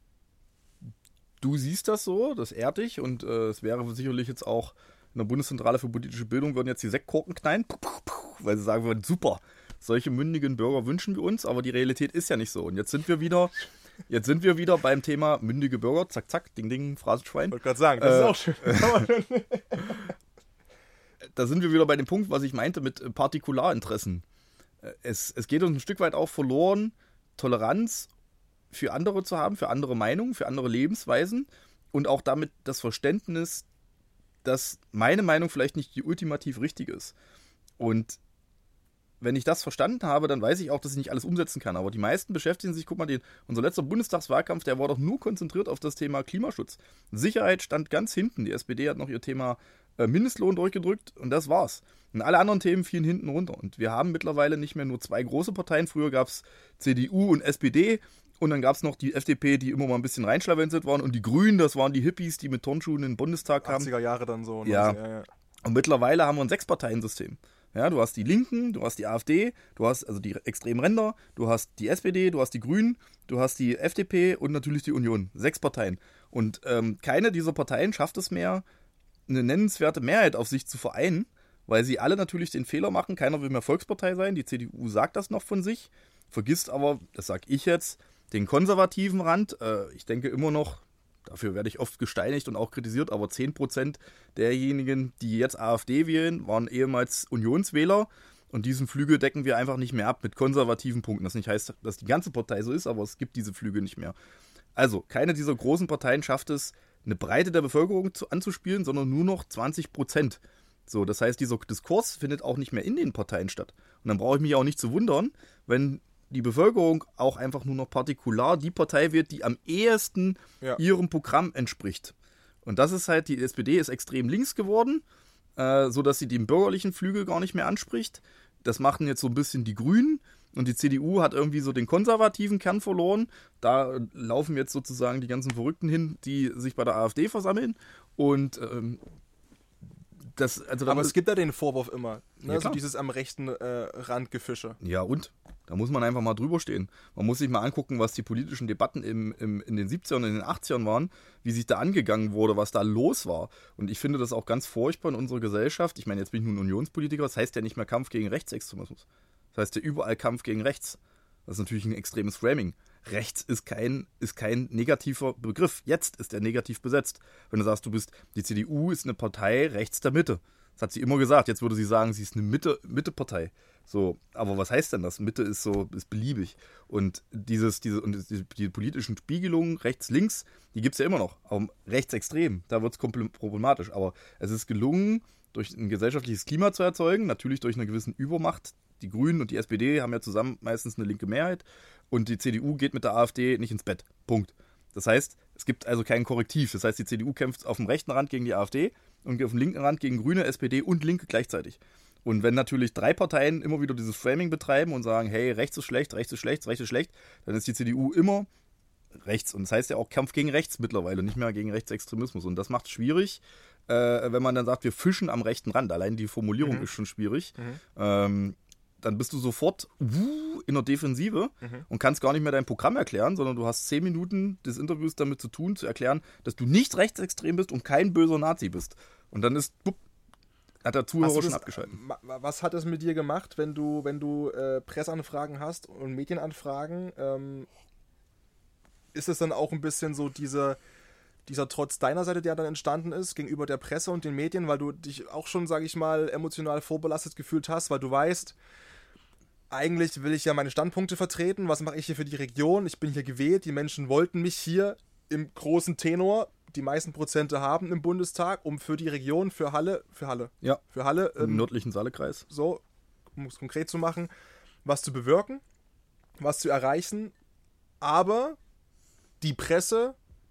Du siehst das so, das ehrt dich und äh, es wäre sicherlich jetzt auch in der Bundeszentrale für politische Bildung würden jetzt die Sektkorken knallen, weil sie sagen würden, super, solche mündigen Bürger wünschen wir uns, aber die Realität ist ja nicht so. Und jetzt sind wir wieder, jetzt sind wir wieder beim Thema mündige Bürger, zack, zack, ding, ding, Phrasenschwein. Ich wollte gerade sagen, das äh, ist auch schön. Da sind wir wieder bei dem Punkt, was ich meinte mit Partikularinteressen. Es, es geht uns ein Stück weit auch verloren, Toleranz für andere zu haben, für andere Meinungen, für andere Lebensweisen und auch damit das Verständnis, dass meine Meinung vielleicht nicht die ultimativ richtige ist. Und wenn ich das verstanden habe, dann weiß ich auch, dass ich nicht alles umsetzen kann. Aber die meisten beschäftigen sich, guck mal, den, unser letzter Bundestagswahlkampf, der war doch nur konzentriert auf das Thema Klimaschutz. Sicherheit stand ganz hinten. Die S P D hat noch ihr Thema äh, Mindestlohn durchgedrückt und das war's. Und alle anderen Themen fielen hinten runter. Und wir haben mittlerweile nicht mehr nur zwei große Parteien. Früher gab es C D U und S P D und dann gab es noch die F D P, die immer mal ein bisschen reinschlawenzelt waren. Und die Grünen, das waren die Hippies, die mit Turnschuhen in den Bundestag kamen. achtziger Jahre dann so. Ja. ja, ja. Und mittlerweile haben wir ein Sechs-Parteien-System. Ja, du hast die Linken, du hast die AfD, du hast also die extremen Ränder, du hast die S P D, du hast die Grünen, du hast die F D P und natürlich die Union. Sechs Parteien. Und ähm, keine dieser Parteien schafft es mehr, eine nennenswerte Mehrheit auf sich zu vereinen, weil sie alle natürlich den Fehler machen. Keiner will mehr Volkspartei sein. Die C D U sagt das noch von sich, vergisst aber, das sag ich jetzt, den konservativen Rand. Äh, ich denke immer noch, dafür werde ich oft gesteinigt und auch kritisiert, aber zehn Prozent derjenigen, die jetzt AfD wählen, waren ehemals Unionswähler und diesen Flügel decken wir einfach nicht mehr ab mit konservativen Punkten. Das nicht heißt, dass die ganze Partei so ist, aber es gibt diese Flügel nicht mehr. Also, keine dieser großen Parteien schafft es, eine Breite der Bevölkerung zu, anzuspielen, sondern nur noch zwanzig Prozent. So, das heißt, dieser Diskurs findet auch nicht mehr in den Parteien statt. Und dann brauche ich mich auch nicht zu wundern, wenn die Bevölkerung auch einfach nur noch partikular die Partei wird, die am ehesten ja. ihrem Programm entspricht. Und das ist halt, die S P D ist extrem links geworden, äh, sodass sie den bürgerlichen Flügel gar nicht mehr anspricht. Das machen jetzt so ein bisschen die Grünen und die C D U hat irgendwie so den konservativen Kern verloren. Da laufen jetzt sozusagen die ganzen Verrückten hin, die sich bei der AfD versammeln und ähm, das, also aber es gibt ja den Vorwurf immer, ne? Ja, so dieses am rechten äh, Rand Gefische. Ja und? Da muss man einfach mal drüber stehen. Man muss sich mal angucken, was die politischen Debatten im, im, in den siebzigern und in den achtzigern waren, wie sich da angegangen wurde, was da los war. Und ich finde das auch ganz furchtbar in unserer Gesellschaft. Ich meine, jetzt bin ich nun Unionspolitiker, das heißt ja nicht mehr Kampf gegen Rechtsextremismus. Das heißt ja überall Kampf gegen rechts. Das ist natürlich ein extremes Framing. Rechts ist kein, ist kein negativer Begriff. Jetzt ist er negativ besetzt. Wenn du sagst, du bist, die C D U ist eine Partei rechts der Mitte. Das hat sie immer gesagt. Jetzt würde sie sagen, sie ist eine Mitte, Mitte-Partei. So, aber was heißt denn das? Mitte ist so, ist beliebig. Und dieses, diese, und die, die politischen Spiegelungen rechts, links, die gibt es ja immer noch. Aber rechtsextrem, da wird es problematisch. Aber es ist gelungen, durch ein gesellschaftliches Klima zu erzeugen, natürlich durch eine gewisse Übermacht. Die Grünen und die S P D haben ja zusammen meistens eine linke Mehrheit. Und die C D U geht mit der AfD nicht ins Bett. Punkt. Das heißt, es gibt also kein Korrektiv. Das heißt, die C D U kämpft auf dem rechten Rand gegen die AfD und auf dem linken Rand gegen Grüne, S P D und Linke gleichzeitig. Und wenn natürlich drei Parteien immer wieder dieses Framing betreiben und sagen, hey, rechts ist schlecht, rechts ist schlecht, rechts ist schlecht, dann ist die C D U immer rechts. Und das heißt ja auch Kampf gegen rechts mittlerweile, nicht mehr gegen Rechtsextremismus. Und das macht es schwierig, äh, wenn man dann sagt, wir fischen am rechten Rand. Allein die Formulierung mhm. ist schon schwierig. Mhm. Ähm, dann bist du sofort wuh, in der Defensive mhm. und kannst gar nicht mehr dein Programm erklären, sondern du hast zehn Minuten des Interviews damit zu tun, zu erklären, dass du nicht rechtsextrem bist und kein böser Nazi bist. Und dann ist, bupp, hat der Zuhörer das, schon abgeschaltet. Was hat es mit dir gemacht, wenn du, wenn du äh, Presseanfragen hast und Medienanfragen? Ähm, ist es dann auch ein bisschen so diese, dieser Trotz deiner Seite, der dann entstanden ist, gegenüber der Presse und den Medien, weil du dich auch schon, sage ich mal, emotional vorbelastet gefühlt hast, weil du weißt, eigentlich will ich ja meine Standpunkte vertreten. Was mache ich hier für die Region? Ich bin hier gewählt. Die Menschen wollten mich hier im großen Tenor, die meisten Prozente haben im Bundestag, um für die Region, für Halle, für Halle, ja, für Halle, im ähm, nördlichen Saalekreis, so, um es konkret zu machen, was zu bewirken, was zu erreichen. Aber die Presse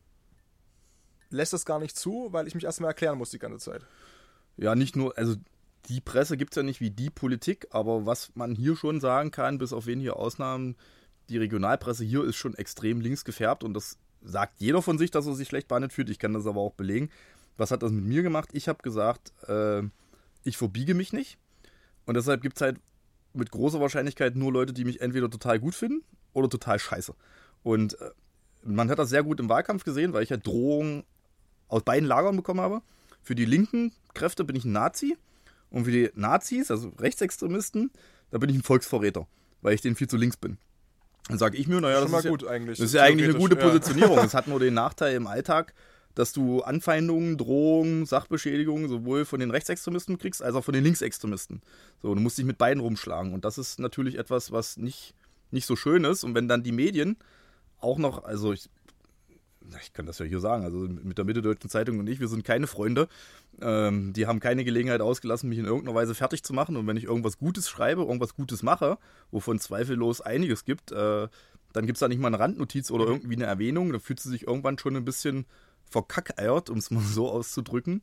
lässt das gar nicht zu, weil ich mich erstmal erklären muss die ganze Zeit. Ja, nicht nur, also die Presse gibt es ja nicht wie die Politik, aber was man hier schon sagen kann, bis auf wenige Ausnahmen, die Regionalpresse hier ist schon extrem links gefärbt und das sagt jeder von sich, dass er sich schlecht behandelt fühlt. Ich kann das aber auch belegen. Was hat das mit mir gemacht? Ich habe gesagt, äh, ich verbiege mich nicht und deshalb gibt es halt mit großer Wahrscheinlichkeit nur Leute, die mich entweder total gut finden oder total scheiße. Und äh, man hat das sehr gut im Wahlkampf gesehen, weil ich halt Drohungen aus beiden Lagern bekommen habe. Für die linken Kräfte bin ich ein Nazi. Und für die Nazis, also Rechtsextremisten, da bin ich ein Volksverräter, weil ich denen viel zu links bin. Dann sage ich mir, naja, das, das, ist ja, gut eigentlich. das ist ja eigentlich eine gute Positionierung. Es hat nur den Nachteil im Alltag, dass du Anfeindungen, Drohungen, Sachbeschädigungen sowohl von den Rechtsextremisten kriegst, als auch von den Linksextremisten. So, du musst dich mit beiden rumschlagen. Und das ist natürlich etwas, was nicht, nicht so schön ist. Und wenn dann die Medien auch noch, also ich, ich kann das ja hier sagen, also mit der Mitteldeutschen Zeitung und ich, wir sind keine Freunde. Ähm, die haben keine Gelegenheit ausgelassen, mich in irgendeiner Weise fertig zu machen. Und wenn ich irgendwas Gutes schreibe, irgendwas Gutes mache, wovon zweifellos einiges gibt, äh, dann gibt es da nicht mal eine Randnotiz oder irgendwie eine Erwähnung. Da fühlt sie sich irgendwann schon ein bisschen verkackeiert, um es mal so auszudrücken.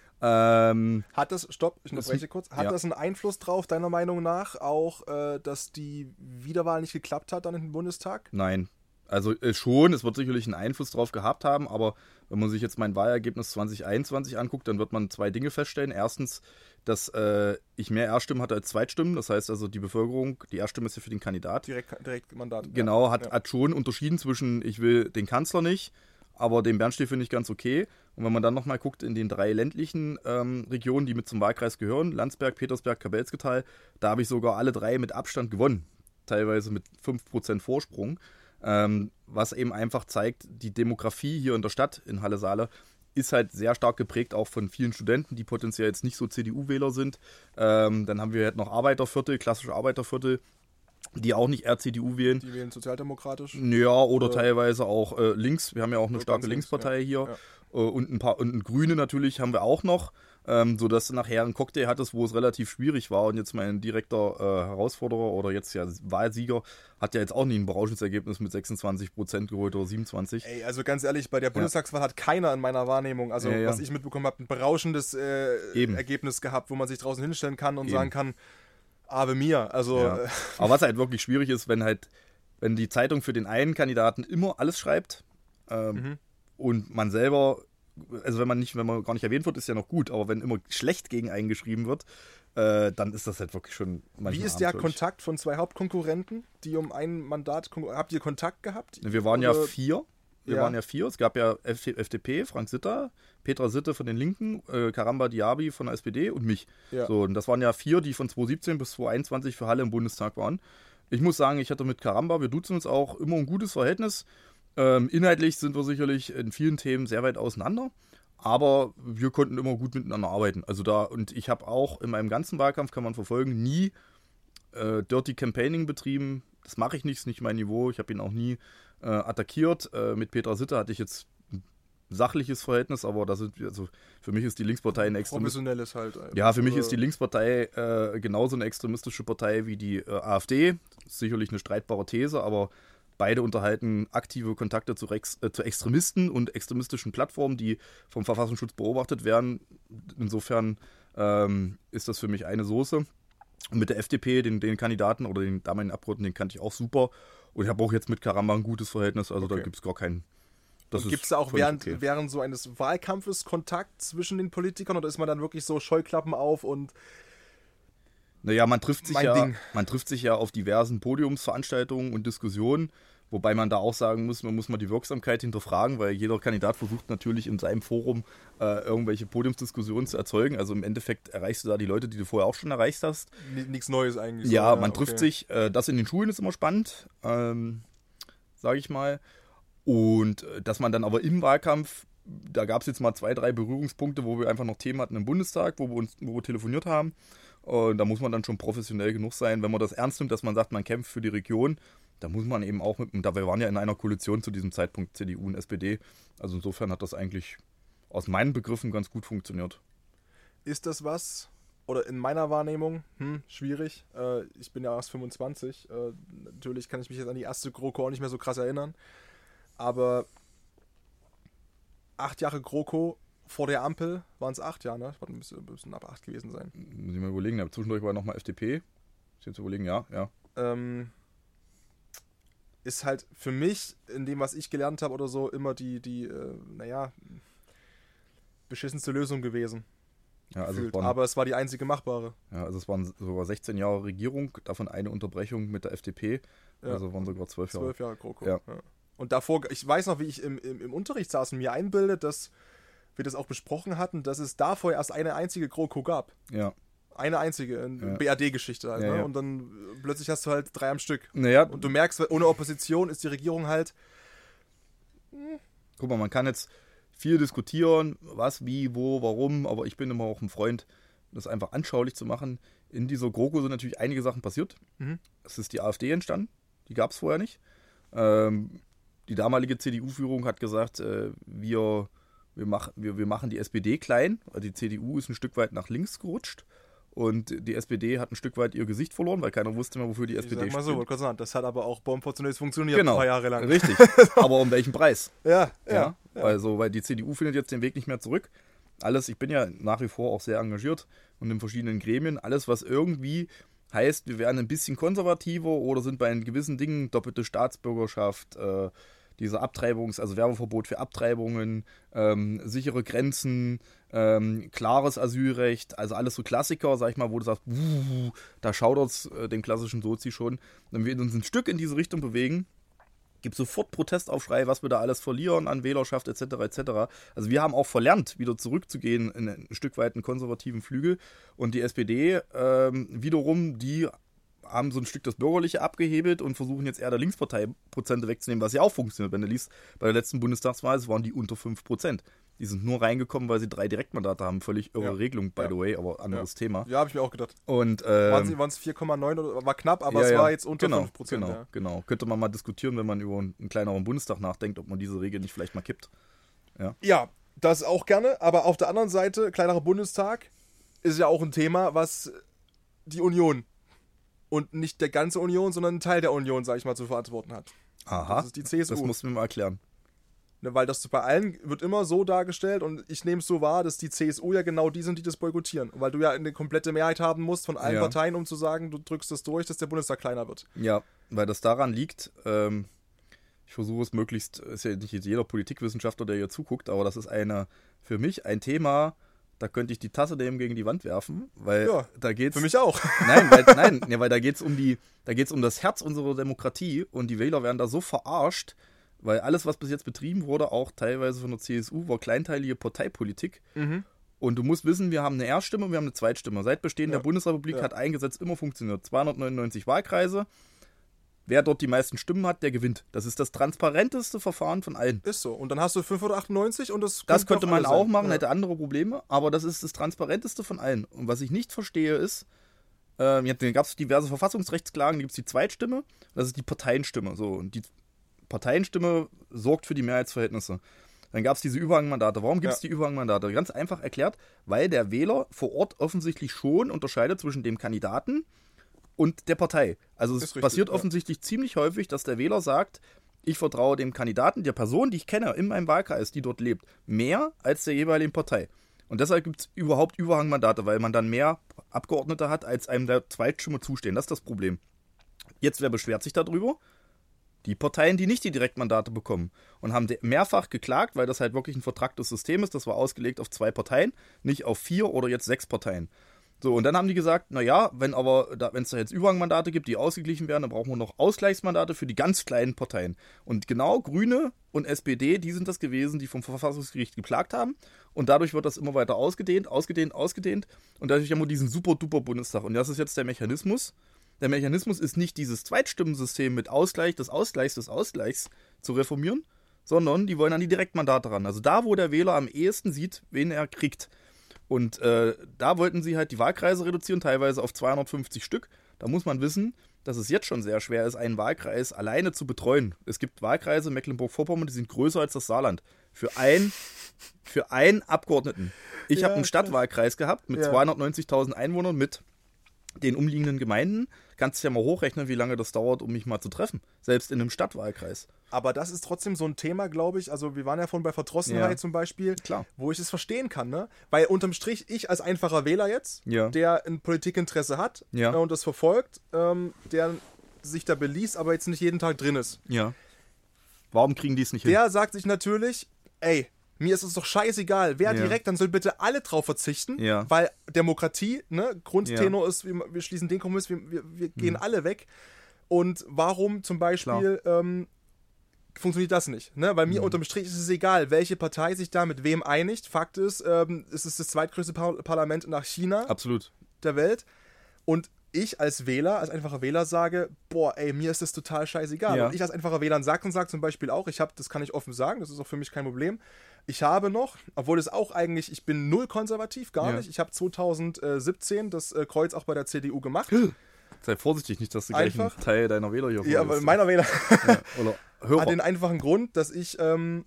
Ähm, hat das, stopp, ich unterbreche kurz, hat ja. das einen Einfluss drauf, deiner Meinung nach, auch, äh, dass die Wiederwahl nicht geklappt hat dann im Bundestag? Nein. Also äh, schon, es wird sicherlich einen Einfluss drauf gehabt haben, aber wenn man sich jetzt mein Wahlergebnis zwanzig einundzwanzig anguckt, dann wird man zwei Dinge feststellen. Erstens, dass äh, ich mehr Erststimmen hatte als Zweitstimmen. Das heißt also, die Bevölkerung, die Erststimme ist ja für den Kandidat. Direkt, direkt Mandat. Genau, ja. hat, ja. hat schon unterschieden zwischen, ich will den Kanzler nicht, aber den Bernstein finde ich ganz okay. Und wenn man dann nochmal guckt in den drei ländlichen ähm, Regionen, die mit zum Wahlkreis gehören, Landsberg, Petersberg, Kabelsketal, da habe ich sogar alle drei mit Abstand gewonnen. Teilweise mit fünf Prozent Vorsprung. Ähm, was eben einfach zeigt, die Demografie hier in der Stadt, in Halle-Saale, ist halt sehr stark geprägt auch von vielen Studenten, die potenziell jetzt nicht so C D U-Wähler sind. Ähm, dann haben wir halt noch Arbeiterviertel, klassische Arbeiterviertel, die auch nicht eher C D U wählen. Die wählen sozialdemokratisch? Ja, oder, oder teilweise auch äh, links. Wir haben ja auch eine starke Linkspartei links, ja. hier. Ja. Äh, und ein paar und ein Grüne natürlich haben wir auch noch. Ähm, sodass du nachher einen Cocktail hattest, wo es relativ schwierig war und jetzt mein direkter äh, Herausforderer oder jetzt ja Wahlsieger hat ja jetzt auch nie ein berauschendes Ergebnis mit sechsundzwanzig Prozent geholt oder siebenundzwanzig. Ey, also ganz ehrlich, bei der Bundestagswahl ja. hat keiner in meiner Wahrnehmung, also ja, ja. was ich mitbekommen habe, ein berauschendes äh, Ergebnis gehabt, wo man sich draußen hinstellen kann und Eben. sagen kann, Ave mir, also... Ja. Aber was halt wirklich schwierig ist, wenn halt, wenn die Zeitung für den einen Kandidaten immer alles schreibt ähm, mhm. und man selber... Also wenn man nicht, wenn man gar nicht erwähnt wird, ist ja noch gut, aber wenn immer schlecht gegen einen geschrieben wird, äh, dann ist das halt wirklich schon manchmal Wie ist der abenteuerlich. Kontakt von zwei Hauptkonkurrenten, die um ein Mandat konkur- habt ihr Kontakt gehabt? Wir waren Oder- ja vier. Wir Ja. waren ja vier. Es gab ja F- FDP, Frank Sitter, Petra Sitte von den Linken, äh, Karamba Diaby von der S P D und mich. Ja. So, und das waren ja vier, die von zweitausendsiebzehn bis zweitausendeinundzwanzig für Halle im Bundestag waren. Ich muss sagen, ich hatte mit Karamba, wir duzen uns auch, immer ein gutes Verhältnis. Ähm, inhaltlich sind wir sicherlich in vielen Themen sehr weit auseinander, aber wir konnten immer gut miteinander arbeiten. Also da, und ich habe auch in meinem ganzen Wahlkampf, kann man verfolgen, nie äh, Dirty Campaigning betrieben. Das mache ich nicht, ist nicht mein Niveau. Ich habe ihn auch nie äh, attackiert. Äh, mit Petra Sitte hatte ich jetzt ein sachliches Verhältnis, aber das ist, also für mich ist die Linkspartei eine extremistische. Professionelles halt. einfach. Ja, für mich Oder- ist die Linkspartei äh, genauso eine extremistische Partei wie die äh, AfD. Das ist sicherlich eine streitbare These, aber beide unterhalten aktive Kontakte zu, Rex, äh, zu Extremisten und extremistischen Plattformen, die vom Verfassungsschutz beobachtet werden. Insofern ähm, ist das für mich eine Soße. Und mit der F D P, den, den Kandidaten oder den damaligen Abgeordneten, den kannte ich auch super. Und ich habe auch jetzt mit Karamba ein gutes Verhältnis, also Okay. da gibt es gar keinen. Das Gibt es da auch völlig während, okay. während so eines Wahlkampfes Kontakt zwischen den Politikern oder ist man dann wirklich so Scheuklappen auf und Naja, man trifft sich Mein ja, Ding. man trifft sich ja auf diversen Podiumsveranstaltungen und Diskussionen, wobei man da auch sagen muss, man muss mal die Wirksamkeit hinterfragen, weil jeder Kandidat versucht natürlich in seinem Forum äh, irgendwelche Podiumsdiskussionen zu erzeugen. Also im Endeffekt erreichst du da die Leute, die du vorher auch schon erreicht hast. nichts Neues eigentlich? so, Ja, man trifft okay. sich. Äh, das in den Schulen ist immer spannend, ähm, sage ich mal. Und äh, dass man dann aber im Wahlkampf, da gab es jetzt mal zwei, drei Berührungspunkte, wo wir einfach noch Themen hatten im Bundestag, wo wir uns, wo wir telefoniert haben. Und da muss man dann schon professionell genug sein, wenn man das ernst nimmt, dass man sagt, man kämpft für die Region. Da muss man eben auch mit, da wir waren ja in einer Koalition zu diesem Zeitpunkt, C D U und S P D. Also insofern hat das eigentlich aus meinen Begriffen ganz gut funktioniert. Ist das was, oder in meiner Wahrnehmung, hm, schwierig, äh, ich bin ja erst fünfundzwanzig, äh, natürlich kann ich mich jetzt an die erste GroKo auch nicht mehr so krass erinnern, aber acht Jahre GroKo vor der Ampel, waren es acht Jahre, ne? Das müsste ein bisschen ab acht gewesen sein. Muss ich mal überlegen, ja, zwischendurch war nochmal F D P. Muss ich jetzt überlegen, ja, ja. Ähm, ist halt für mich, in dem, was ich gelernt habe oder so, immer die, die äh, naja, beschissenste Lösung gewesen. Ja, also es gefühlt. waren, Aber es war die einzige machbare. ja, also es waren sogar sechzehn Jahre Regierung, davon eine Unterbrechung mit der F D P. Ja. Also waren sogar zwölf Jahre. Zwölf Jahre GroKo. Ja. Ja. Und davor, ich weiß noch, wie ich im, im, im Unterricht saß und mir einbildet, dass wir das auch besprochen hatten, dass es davor erst eine einzige GroKo gab. Ja. Eine einzige, eine Ja. B R D-Geschichte halt. Ja, ne? ja. Und dann äh, plötzlich hast du halt drei am Stück. Naja, Und du merkst, ohne Opposition ist die Regierung halt. guck mal, man kann jetzt viel diskutieren, was, wie, wo, warum, aber ich bin immer auch ein Freund, das einfach anschaulich zu machen. In dieser GroKo sind natürlich einige Sachen passiert. Mhm. Es ist die AfD entstanden, die gab es vorher nicht. Ähm, die damalige C D U-Führung hat gesagt, äh, wir, wir, mach, wir, wir machen die S P D klein, weil die C D U ist ein Stück weit nach links gerutscht und die S P D hat ein Stück weit ihr Gesicht verloren, weil keiner wusste mehr, wofür die Ich S P D sag mal so, steht. wollte gerade sagen, das hat aber auch bombenfortunös funktioniert, Genau, ein paar Jahre lang. richtig. Aber um welchen Preis? Ja, Ja, ja. ja. Also, weil die C D U findet jetzt den Weg nicht mehr zurück. Alles, ich bin ja nach wie vor auch sehr engagiert und in verschiedenen Gremien. Alles, was irgendwie heißt, wir werden ein bisschen konservativer oder sind bei gewissen Dingen doppelte Staatsbürgerschaft, äh, dieser Abtreibungs-, also Werbeverbot für Abtreibungen, ähm, sichere Grenzen, ähm, klares Asylrecht, also alles so Klassiker, sag ich mal, wo du sagst, wuh, da schaudert's äh, dem klassischen Sozi schon. Wenn wir uns ein Stück in diese Richtung bewegen, gibt sofort Protestaufschrei, was wir da alles verlieren an Wählerschaft et cetera et cetera. Also wir haben auch verlernt, wieder zurückzugehen in ein Stück weit einen konservativen Flügel. Und die S P D ähm, wiederum, die haben so ein Stück das Bürgerliche abgehebelt und versuchen jetzt eher der Linkspartei Prozente wegzunehmen, was ja auch funktioniert. Wenn du liest, bei der letzten Bundestagswahl waren die unter fünf Prozent. Die sind nur reingekommen, weil sie drei Direktmandate haben. Völlig irre Ja. Regelung, by Ja. the way, aber anderes Ja. Thema. Ja, habe ich mir auch gedacht. Und, ähm, Waren es vier Komma neun oder war knapp, aber ja, es ja. war jetzt unter genau, fünf Prozent. Genau, Ja. genau. Könnte man mal diskutieren, wenn man über einen kleineren Bundestag nachdenkt, ob man diese Regel nicht vielleicht mal kippt. ja, das auch gerne, aber auf der anderen Seite, kleinerer Bundestag ist ja auch ein Thema, was die Union und nicht der ganze Union, sondern ein Teil der Union, sage ich mal, zu verantworten hat. Aha, Das ist die C S U. das musst du mir mal erklären. Ne, weil das bei allen wird immer so dargestellt und ich nehme es so wahr, dass die C S U ja genau die sind, die das boykottieren. Weil du ja eine komplette Mehrheit haben musst von allen Ja. Parteien, um zu sagen, du drückst das durch, dass der Bundestag kleiner wird. Ja, weil das daran liegt, ähm, ich versuche es möglichst, ist ja nicht jeder Politikwissenschaftler, der hier zuguckt, aber das ist eine, für mich ein Thema, da könnte ich die Tasse dem gegen die Wand werfen, weil Ja, da geht's... Für mich auch. Nein, weil, nein, ja, weil da geht's um die, da geht's um das Herz unserer Demokratie und die Wähler werden da so verarscht, weil alles, was bis jetzt betrieben wurde, auch teilweise von der C S U, war kleinteilige Parteipolitik. Mhm. Und du musst wissen, wir haben eine Erststimme und wir haben eine Zweitstimme. Seit Bestehen Ja. der Bundesrepublik Ja. hat ein Gesetz immer funktioniert. zweihundertneunundneunzig Wahlkreise. Wer dort die meisten Stimmen hat, der gewinnt. Das ist das transparenteste Verfahren von allen. Ist so. Und dann hast du fünfhundertachtundneunzig und das Das könnte doch man alles auch sein. machen, Ja. hätte andere Probleme, aber das ist das transparenteste von allen. Und was ich nicht verstehe ist, ähm, jetzt gab es diverse Verfassungsrechtsklagen, da gibt es die Zweitstimme, das ist die Parteienstimme. So, und die Parteienstimme sorgt für die Mehrheitsverhältnisse. Dann gab es diese Überhangmandate. Warum gibt es Ja. die Überhangmandate? Ganz einfach erklärt, weil der Wähler vor Ort offensichtlich schon unterscheidet zwischen dem Kandidaten und der Partei. Also es Ist richtig, passiert ja. offensichtlich ziemlich häufig, dass der Wähler sagt, ich vertraue dem Kandidaten, der Person, die ich kenne, in meinem Wahlkreis, die dort lebt, mehr als der jeweiligen Partei. Und deshalb gibt es überhaupt Überhangmandate, weil man dann mehr Abgeordnete hat, als einem der Zweitstimme zustehen. Das ist das Problem. Jetzt, wer beschwert sich darüber? Die Parteien, die nicht die Direktmandate bekommen und haben mehrfach geklagt, weil das halt wirklich ein vertracktes System ist. Das war ausgelegt auf zwei Parteien, nicht auf vier oder jetzt sechs Parteien. So, und dann haben die gesagt, naja, wenn aber, da, wenn es da jetzt Überhangmandate gibt, die ausgeglichen werden, dann brauchen wir noch Ausgleichsmandate für die ganz kleinen Parteien. Und genau Grüne und S P D, die sind das gewesen, die vom Verfassungsgericht geklagt haben. Und dadurch wird das immer weiter ausgedehnt, ausgedehnt, ausgedehnt. Und dadurch haben wir diesen super-duper Bundestag. Und das ist jetzt der Mechanismus. Der Mechanismus ist nicht dieses Zweitstimmen-System mit Ausgleich des Ausgleichs des Ausgleichs zu reformieren, sondern die wollen an die Direktmandate ran. Also da, wo der Wähler am ehesten sieht, wen er kriegt. Und äh, da wollten sie halt die Wahlkreise reduzieren, teilweise auf zweihundertfünfzig Stück. Da muss man wissen, dass es jetzt schon sehr schwer ist, einen Wahlkreis alleine zu betreuen. Es gibt Wahlkreise in Mecklenburg-Vorpommern, die sind größer als das Saarland. Für, ein, für einen Abgeordneten. Ich Ja, habe einen Stadtwahlkreis gehabt mit Ja. zweihundertneunzigtausend Einwohnern, mit den umliegenden Gemeinden. Kannst du ja mal hochrechnen, wie lange das dauert, um mich mal zu treffen. Selbst in einem Stadtwahlkreis. Aber das ist trotzdem so ein Thema, glaube ich. Also wir waren ja vorhin bei Verdrossenheit Ja. zum Beispiel, Klar. wo ich es verstehen kann, ne? Weil unterm Strich ich als einfacher Wähler jetzt, Ja. der ein Politikinteresse hat Ja. äh, und das verfolgt, ähm, der sich da beliest, aber jetzt nicht jeden Tag drin ist. Ja. Warum kriegen die es nicht hin? Der sagt sich natürlich, ey, mir ist es doch scheißegal, wer Ja. direkt, dann soll bitte alle drauf verzichten, Ja. weil Demokratie, ne, Grundtenor ist, wir, wir schließen den Kompromiss, wir, wir, wir gehen Mhm. alle weg. Und warum zum Beispiel ähm, funktioniert das nicht? Ne? Weil mir Mhm. unterm Strich ist es egal, welche Partei sich da mit wem einigt. Fakt ist, ähm, es ist das zweitgrößte Par Parlament nach China Absolut. der Welt. Und ich als Wähler, als einfacher Wähler sage, boah, ey, mir ist das total scheißegal. Ja. Und ich als einfacher Wähler in Sachsen sage zum Beispiel auch, ich habe, das kann ich offen sagen, das ist auch für mich kein Problem, ich habe noch, obwohl es auch eigentlich, ich bin null konservativ, gar Ja. nicht, ich habe zweitausendsiebzehn das äh, Kreuz auch bei der C D U gemacht. Sei vorsichtig, nicht, dass du gleich Einfach. einen Teil deiner Wähler hier Ja, aber verlierst. meiner Wähler Ja. Oder Hörer. hat den einfachen Grund, dass ich ähm,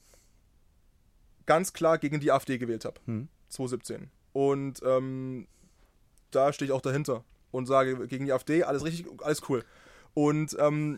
ganz klar gegen die AfD gewählt habe. Hm. zweitausendsiebzehn. Und ähm, da stehe ich auch dahinter und sage, gegen die AfD, alles richtig, alles cool. Und ähm,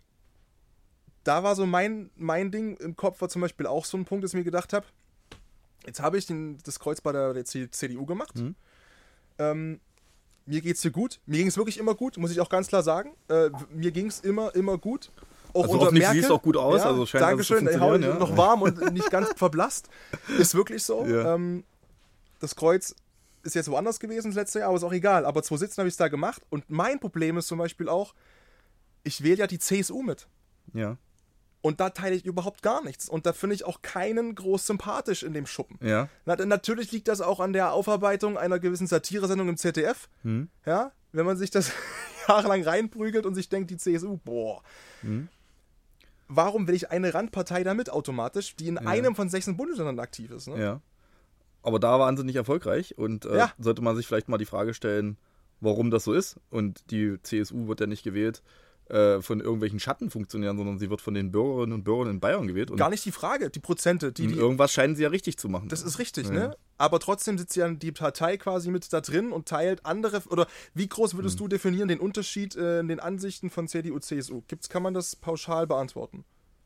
da war so mein, mein Ding im Kopf, war zum Beispiel auch so ein Punkt, dass ich mir gedacht habe, jetzt habe ich den, das Kreuz bei der, der C D U gemacht. Mhm. Ähm, mir geht's hier gut. Mir ging es wirklich immer gut, muss ich auch ganz klar sagen. Äh, mir ging es immer, immer gut. Auch Also unter offensichtlich Merkel. siehst du auch gut aus, Ja, also scheint das zu Dankeschön, ey, hau funktionieren, ja. noch warm und nicht ganz verblasst. Ist wirklich so. Ja. Ähm, das Kreuz ist jetzt woanders gewesen das letzte Jahr, aber ist auch egal. Aber zweitausendsiebzehn habe ich es da gemacht. Und mein Problem ist zum Beispiel auch, ich wähle ja die C S U mit. Ja. Und da teile ich überhaupt gar nichts. Und da finde ich auch keinen groß sympathisch in dem Schuppen. Ja. Na, natürlich liegt das auch an der Aufarbeitung einer gewissen Satiresendung im Z D F. Hm. Ja, wenn man sich das jahrelang reinprügelt und sich denkt, die C S U, boah. Hm. Warum will ich eine Randpartei damit automatisch, die in Ja. einem von sechzehn Bundesländern aktiv ist? Ne? Ja. Aber da wahnsinnig erfolgreich und äh, Ja. sollte man sich vielleicht mal die Frage stellen, warum das so ist. Und die C S U wird ja nicht gewählt äh, von irgendwelchen Schattenfunktionären, sondern sie wird von den Bürgerinnen und Bürgern in Bayern gewählt. Und, Gar nicht die Frage, die Prozente, die, und die irgendwas scheinen sie ja richtig zu machen. das ist richtig, Ja. ne? Aber trotzdem sitzt ja die Partei quasi mit da drin und teilt andere, oder wie groß würdest Hm. du definieren den Unterschied äh, in den Ansichten von C D U, C S U? Gibt's, kann man das pauschal beantworten?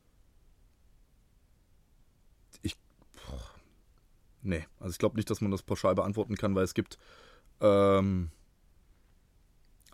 Nee, also ich glaube nicht, dass man das pauschal beantworten kann, weil es gibt ähm,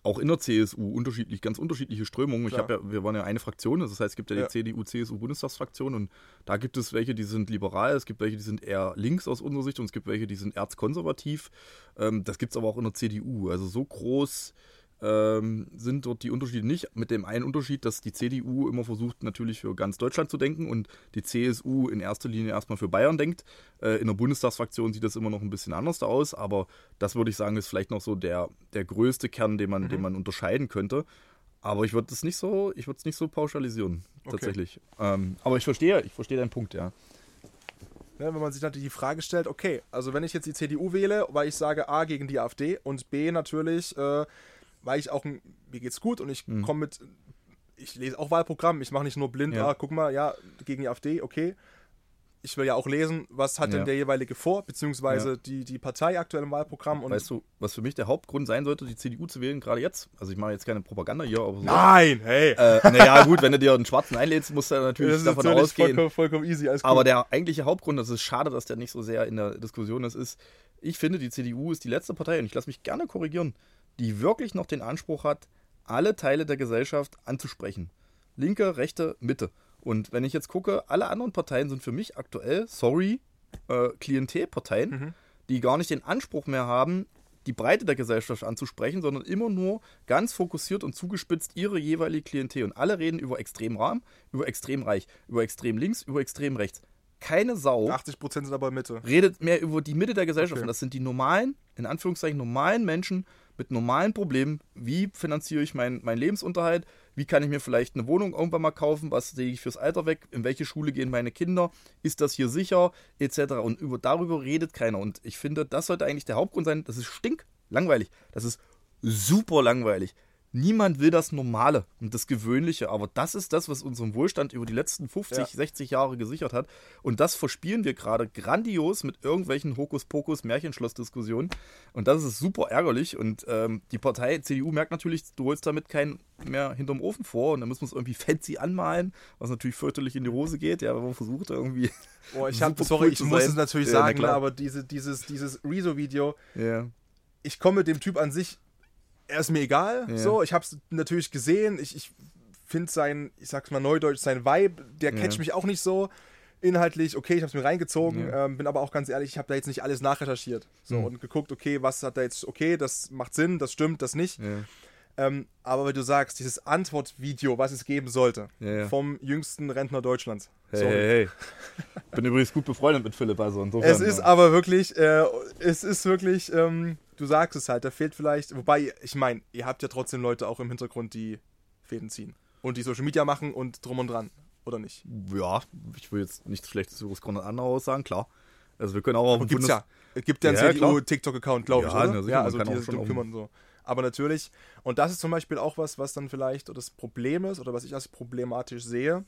auch in der C S U unterschiedlich, ganz unterschiedliche Strömungen. Ich Klar. habe ja, wir waren ja eine Fraktion, das heißt, es gibt ja die Ja. C D U, C S U-Bundestagsfraktion und da gibt es welche, die sind liberal, es gibt welche, die sind eher links aus unserer Sicht und es gibt welche, die sind erzkonservativ. Ähm, das gibt es aber auch in der C D U. Also so groß ähm, sind dort die Unterschiede nicht. Mit dem einen Unterschied, dass die C D U immer versucht, natürlich für ganz Deutschland zu denken und die C S U in erster Linie erstmal für Bayern denkt. Äh, in der Bundestagsfraktion sieht das immer noch ein bisschen anders aus, aber das würde ich sagen, ist vielleicht noch so der, der größte Kern, den man, Mhm. den man unterscheiden könnte. Aber ich würde es nicht so, ich würde es nicht so pauschalisieren, Okay. tatsächlich. Ähm, aber ich verstehe, ich verstehe deinen Punkt, ja. Ne, wenn man sich natürlich die Frage stellt, okay, also wenn ich jetzt die C D U wähle, weil ich sage A gegen die AfD und B natürlich, äh, weil ich auch, ein, mir geht's gut und ich Mhm. komme mit, ich lese auch Wahlprogramm, ich mache nicht nur blind, Ja. ah, guck mal, ja, gegen die AfD, okay. Ich will ja auch lesen, was hat Ja. denn der jeweilige vor, beziehungsweise Ja. die, die Partei aktuell im Wahlprogramm. Und Weißt du, was für mich der Hauptgrund sein sollte, die C D U zu wählen, gerade jetzt? Also ich mache jetzt keine Propaganda hier, aber so. Nein, hey! Äh, naja, gut, wenn du dir einen Schwarzen einlädst, musst du natürlich das ist davon natürlich ausgehen. vollkommen, vollkommen easy, alles Aber gut. der eigentliche Hauptgrund, das ist schade, dass der nicht so sehr in der Diskussion ist, ist, ich finde, die C D U ist die letzte Partei, und ich lasse mich gerne korrigieren, die wirklich noch den Anspruch hat, alle Teile der Gesellschaft anzusprechen. Linke, Rechte, Mitte. Und wenn ich jetzt gucke, alle anderen Parteien sind für mich aktuell, sorry, äh, Klientelparteien, Mhm. die gar nicht den Anspruch mehr haben, die Breite der Gesellschaft anzusprechen, sondern immer nur ganz fokussiert und zugespitzt ihre jeweilige Klientel. Und alle reden über extrem arm, über extrem reich, über extrem links, über extrem rechts. Keine Sau achtzig Prozent sind aber Mitte. redet mehr über die Mitte der Gesellschaft. Okay. Und das sind die normalen, in Anführungszeichen normalen Menschen mit normalen Problemen. Wie finanziere ich meinen mein Lebensunterhalt? Wie kann ich mir vielleicht eine Wohnung irgendwann mal kaufen? Was sehe ich fürs Alter weg? In welche Schule gehen meine Kinder? Ist das hier sicher? Etc. Und über, darüber redet keiner. Und ich finde, das sollte eigentlich der Hauptgrund sein. Das ist stinklangweilig. Das ist super langweilig. Niemand will das Normale und das Gewöhnliche, aber das ist das, was unseren Wohlstand über die letzten fünfzig, Ja. sechzig Jahre gesichert hat. Und das verspielen wir gerade grandios mit irgendwelchen Hokuspokus-Märchenschloss-Diskussionen. Und das ist super ärgerlich. Und ähm, die Partei C D U merkt natürlich, du holst damit keinen mehr hinterm Ofen vor. Und dann müssen wir es irgendwie fancy anmalen, was natürlich fürchterlich in die Hose geht. Ja, wenn man versucht irgendwie. Boah, ich hab, super sorry, cool ich zu muss sein. es natürlich Ja, na sagen, ne, klar. aber diese, dieses, dieses Rezo-Video, Ja, ich komme mit dem Typ an sich, er ist mir egal, Ja. so, ich hab's natürlich gesehen, ich, ich finde sein, ich sag's mal neudeutsch, sein Vibe, der Ja. catcht mich auch nicht so, inhaltlich, okay, ich hab's mir reingezogen, Ja. ähm, bin aber auch ganz ehrlich, ich habe da jetzt nicht alles nachrecherchiert, so, Mhm. und geguckt, okay, was hat da jetzt, okay, das macht Sinn, das stimmt, das nicht, ja. ähm, aber wie du sagst, dieses Antwortvideo, was es geben sollte, Ja, ja. vom jüngsten Rentner Deutschlands, Hey, sorry. hey, hey. Bin übrigens gut befreundet mit Philipp, also insofern. Es ist ja. aber wirklich, äh, es ist wirklich, ähm, du sagst es halt, da fehlt vielleicht, wobei, ich meine, ihr habt ja trotzdem Leute auch im Hintergrund, die Fäden ziehen und die Social Media machen und drum und dran, oder nicht? Ja, ich will jetzt nichts Schlechtes über das Konrad Adenauer sagen, klar. Also wir können auch auf Aber dem gibt's Bundes- ja. Es gibt ja einen Ja, C D U-TikTok-Account, glaube ich, Ja, oder? na sicher, ja, man also kann die auch sich schon drum auf- kümmern und so. Aber natürlich, und das ist zum Beispiel auch was, was dann vielleicht das Problem ist, oder was ich als problematisch sehe.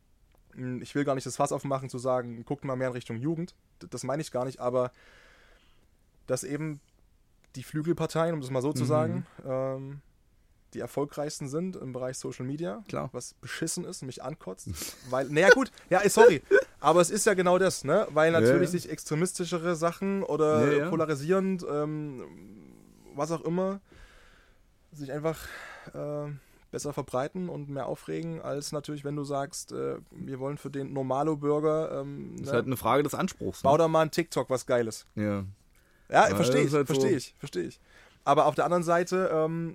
Hm, Ich will gar nicht das Fass aufmachen, zu sagen, guckt mal mehr in Richtung Jugend. D- Das meine ich gar nicht, aber dass eben die Flügelparteien, um das mal so zu Mhm. sagen, ähm, die erfolgreichsten sind im Bereich Social Media, Klar. was beschissen ist und mich ankotzt, weil, naja gut, ja, ey, sorry, aber es ist ja genau das, ne, weil Ja, natürlich ja. sich extremistischere Sachen oder Ja, ja. polarisierend, ähm, was auch immer, sich einfach äh, besser verbreiten und mehr aufregen, als natürlich, wenn du sagst, äh, wir wollen für den Normalo-Bürger, ähm, Das ist ne, halt eine Frage des Anspruchs. bau Ne? da mal ein TikTok, was Geiles. Ja. Ja, Ja, verstehe das ich, ist halt verstehe so. ich, verstehe ich. Aber auf der anderen Seite ähm,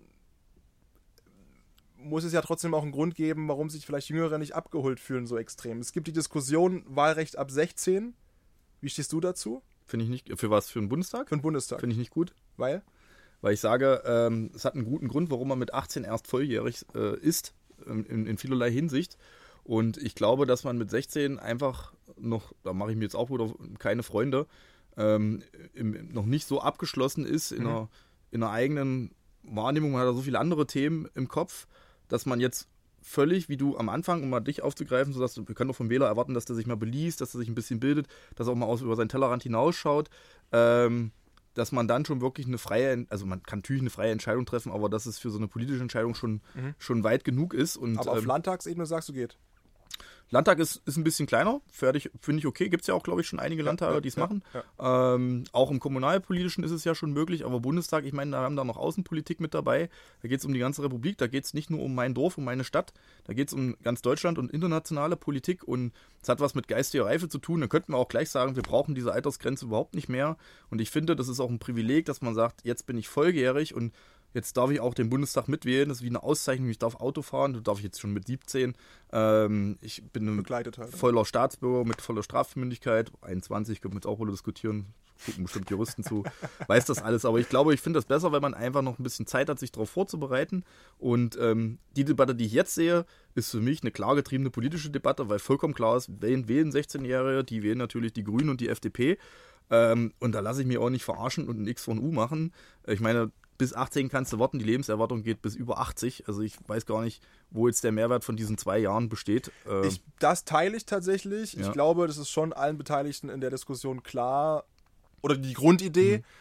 muss es ja trotzdem auch einen Grund geben, warum sich vielleicht Jüngere nicht abgeholt fühlen so extrem. Es gibt die Diskussion Wahlrecht ab sechzehn. Wie stehst du dazu? Finde ich nicht. Für was? Für den Bundestag? Für den Bundestag. Finde ich nicht gut. Weil? Weil ich sage, ähm, es hat einen guten Grund, warum man mit achtzehn erst volljährig äh, ist, ähm, in, in vielerlei Hinsicht. Und ich glaube, dass man mit sechzehn einfach noch, da mache ich mir jetzt auch wieder keine Freunde, ähm, im, noch nicht so abgeschlossen ist in, Mhm. einer, in einer eigenen Wahrnehmung. Man hat da so viele andere Themen im Kopf, dass man jetzt völlig, wie du am Anfang, um mal dich aufzugreifen, sodass du, wir können doch vom Wähler erwarten, dass der sich mal beliest, dass er sich ein bisschen bildet, dass er auch mal aus, über seinen Tellerrand hinausschaut, ähm, dass man dann schon wirklich eine freie, also man kann natürlich eine freie Entscheidung treffen, aber dass es für so eine politische Entscheidung schon, Mhm. schon weit genug ist. Und, Aber auf ähm, Landtagsebene sagst du geht. Landtag ist, ist ein bisschen kleiner, fertig, finde ich okay. Gibt es ja auch, glaube ich, schon einige Landtage, die es ja, machen. ja. Ähm, auch im Kommunalpolitischen ist es ja schon möglich, aber Bundestag, ich meine, da haben da noch Außenpolitik mit dabei. Da geht es um die ganze Republik, da geht es nicht nur um mein Dorf, um meine Stadt, da geht es um ganz Deutschland und internationale Politik und es hat was mit geistiger Reife zu tun. Da könnten wir auch gleich sagen, wir brauchen diese Altersgrenze überhaupt nicht mehr. Und ich finde, das ist auch ein Privileg, dass man sagt, jetzt bin ich volljährig und jetzt darf ich auch den Bundestag mitwählen. Das ist wie eine Auszeichnung. Ich darf Auto fahren. Das darf ich jetzt schon mit siebzehn. Ähm, ich bin ein Begleitet halt. voller Staatsbürger mit voller Strafmündigkeit. einundzwanzig können wir jetzt auch wohl diskutieren. Gucken bestimmt Juristen zu. Weiß das alles. Aber ich glaube, ich finde das besser, wenn man einfach noch ein bisschen Zeit hat, sich darauf vorzubereiten. Und ähm, die Debatte, die ich jetzt sehe, ist für mich eine klar getriebene politische Debatte, weil vollkommen klar ist, wen wählen sechzehnjährige, die wählen natürlich die Grünen und die F D P. Ähm, und da lasse ich mich auch nicht verarschen und ein X von U machen. Ich meine, bis achtzehn kannst du warten, die Lebenserwartung geht bis über achtzig. Also ich weiß gar nicht, wo jetzt der Mehrwert von diesen zwei Jahren besteht. Ähm, ich, das teile ich tatsächlich. Ja. Ich glaube, das ist schon allen Beteiligten in der Diskussion klar. Oder die Grundidee, mhm.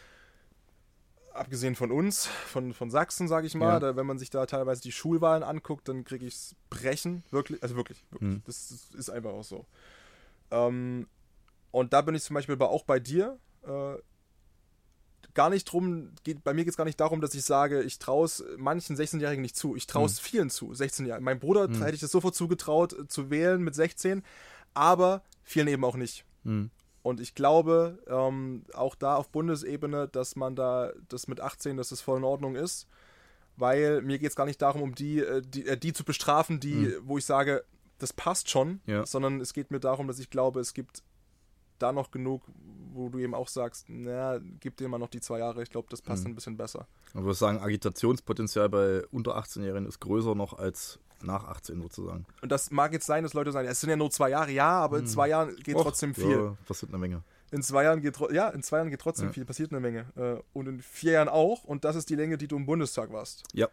abgesehen von uns, von, von Sachsen, sage ich mal, Ja. da, wenn man sich da teilweise die Schulwahlen anguckt, dann kriege ich es brechen. Wirklich, also wirklich. wirklich. Mhm. Das, das ist einfach auch so. Ähm, und da bin ich zum Beispiel bei, auch bei dir. Äh, gar nicht drum, geht, bei mir geht es gar nicht darum, dass ich sage, ich traue es manchen sechzehnjährigen nicht zu. Ich traue es mhm. vielen zu, sechzehn Jahre. Mein Bruder mhm. hätte ich das sofort zugetraut, zu wählen mit sechzehn, aber vielen eben auch nicht. Mhm. Und ich glaube, ähm, auch da auf Bundesebene, dass man da das mit achtzehn, dass das voll in Ordnung ist, weil mir geht es gar nicht darum, um die, die, die zu bestrafen, die, mhm. wo ich sage, das passt schon, ja. sondern es geht mir darum, dass ich glaube, es gibt da noch genug, wo du eben auch sagst, naja, gib dir mal noch die zwei Jahre, ich glaube, das passt mhm. ein bisschen besser. Ich würde sagen, Agitationspotenzial bei unter achtzehnjährigen ist größer noch als nach achtzehn sozusagen. Und das mag jetzt sein, dass Leute sagen, es sind ja nur zwei Jahre, ja, aber in zwei Jahren geht Och, trotzdem viel. Ja, passiert eine Menge. In zwei Jahren geht, ja, in zwei Jahren geht trotzdem ja. viel, passiert eine Menge. Und in vier Jahren auch, und das ist die Länge, die du im Bundestag warst. Ja.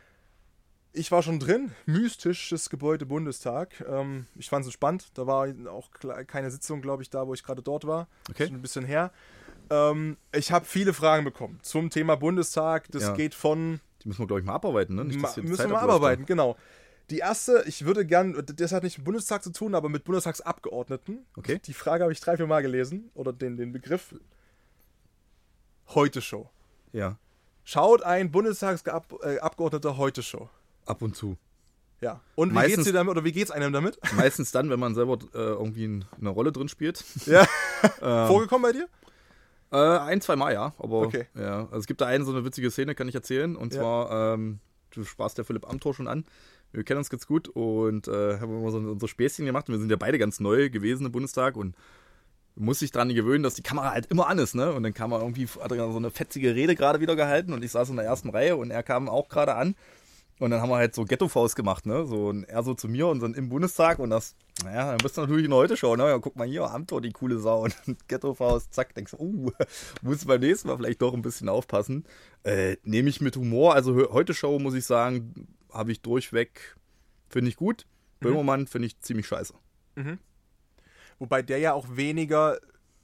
Ich war schon drin, mystisches Gebäude Bundestag. Ähm, ich fand es spannend. Da war auch keine Sitzung, glaube ich, da, wo ich gerade dort war. Okay. Schon ein bisschen her. Ähm, ich habe viele Fragen bekommen zum Thema Bundestag. Das ja. geht von... Die müssen wir, glaube ich, mal abarbeiten, ne? Nicht, ma- müssen wir mal abarbeiten, genau. Die erste, ich würde gern, das hat nicht mit Bundestag zu tun, aber mit Bundestagsabgeordneten. Okay. Die Frage habe ich drei, vier Mal gelesen. Oder den, den Begriff. Heute-Show. Ja. Schaut ein Bundestagsabgeordneter Heute-Show. Ab und zu. Ja. Und wie Meistens, geht's dir damit, oder wie geht's einem damit? Meistens dann, wenn man selber äh, irgendwie ein, eine Rolle drin spielt. Ja. ähm, Vorgekommen bei dir? Äh, ein, zwei Mal, ja. Aber okay. ja. Also es gibt da eine so eine witzige Szene, kann ich erzählen. Und ja. zwar, ähm, du sparst der Philipp Amthor schon an. Wir kennen uns ganz gut und äh, haben immer so unser Späßchen gemacht. Und wir sind ja beide ganz neu gewesen im Bundestag und muss sich dran gewöhnen, dass die Kamera halt immer an ist, ne? Und dann kam er irgendwie, hat er so eine fetzige Rede gerade wieder gehalten und ich saß in der ersten Reihe und er kam auch gerade an. Und dann haben wir halt so Ghetto-Faust gemacht, ne? So, und er so zu mir und dann im Bundestag und das, naja, dann bist du natürlich in der Heute-Show, ne? Ja, guck mal hier, Amthor, die coole Sau. Und Ghetto-Faust, zack, denkst du, uh, muss beim nächsten Mal vielleicht doch ein bisschen aufpassen. Äh, nehme ich mit Humor, also Heute-Show, muss ich sagen, habe ich durchweg, finde ich gut. Mhm. Böhmermann finde ich ziemlich scheiße. Mhm. Wobei der ja auch weniger,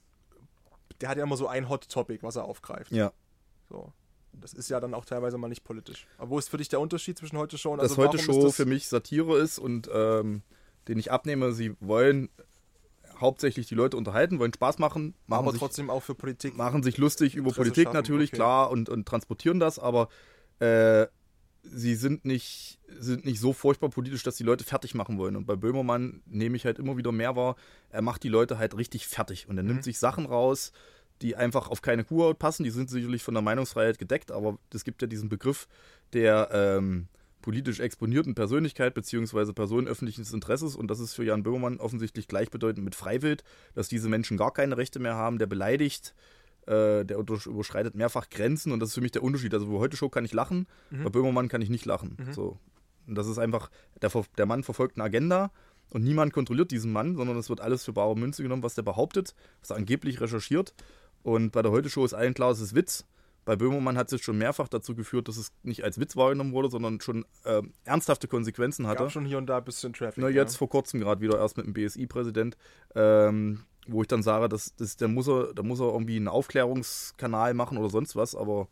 der hat ja immer so ein Hot-Topic, was er aufgreift. Ja. So. Das ist ja dann auch teilweise mal nicht politisch. Aber wo ist für dich der Unterschied zwischen Heute-Show und... Dass also Heute-Show das für mich Satire ist und ähm, den ich abnehme, sie wollen hauptsächlich die Leute unterhalten, wollen Spaß machen. machen aber sich, trotzdem auch für Politik. Machen sich lustig über Politik schaffen, natürlich, okay. klar, und, und transportieren das, aber äh, sie sind nicht, sind nicht so furchtbar politisch, dass die Leute fertig machen wollen. Und bei Böhmermann nehme ich halt immer wieder mehr wahr, er macht die Leute halt richtig fertig. Und er Mhm. nimmt sich Sachen raus, die einfach auf keine Kuhhaut passen. Die sind sicherlich von der Meinungsfreiheit gedeckt, aber es gibt ja diesen Begriff der ähm, politisch exponierten Persönlichkeit bzw. Person öffentlichen Interesses und das ist für Jan Böhmermann offensichtlich gleichbedeutend mit Freiwild, dass diese Menschen gar keine Rechte mehr haben, der beleidigt, äh, der überschreitet mehrfach Grenzen und das ist für mich der Unterschied. Also bei Heute-Show kann ich lachen, Mhm. bei Böhmermann kann ich nicht lachen. Mhm. So. Und das ist einfach, der, der Mann verfolgt eine Agenda und niemand kontrolliert diesen Mann, sondern es wird alles für bare Münze genommen, was der behauptet, was er angeblich recherchiert. Und bei der Heute-Show ist allen klar, es ist Witz. Bei Böhmermann hat es jetzt schon mehrfach dazu geführt, dass es nicht als Witz wahrgenommen wurde, sondern schon äh, ernsthafte Konsequenzen hatte. Gab schon hier und da ein bisschen Traffic. Na, jetzt ja. vor kurzem gerade wieder erst mit dem B S I-Präsident, ähm, wo ich dann sage, dass, dass, da, muss er, da muss er irgendwie einen Aufklärungskanal machen oder sonst was, aber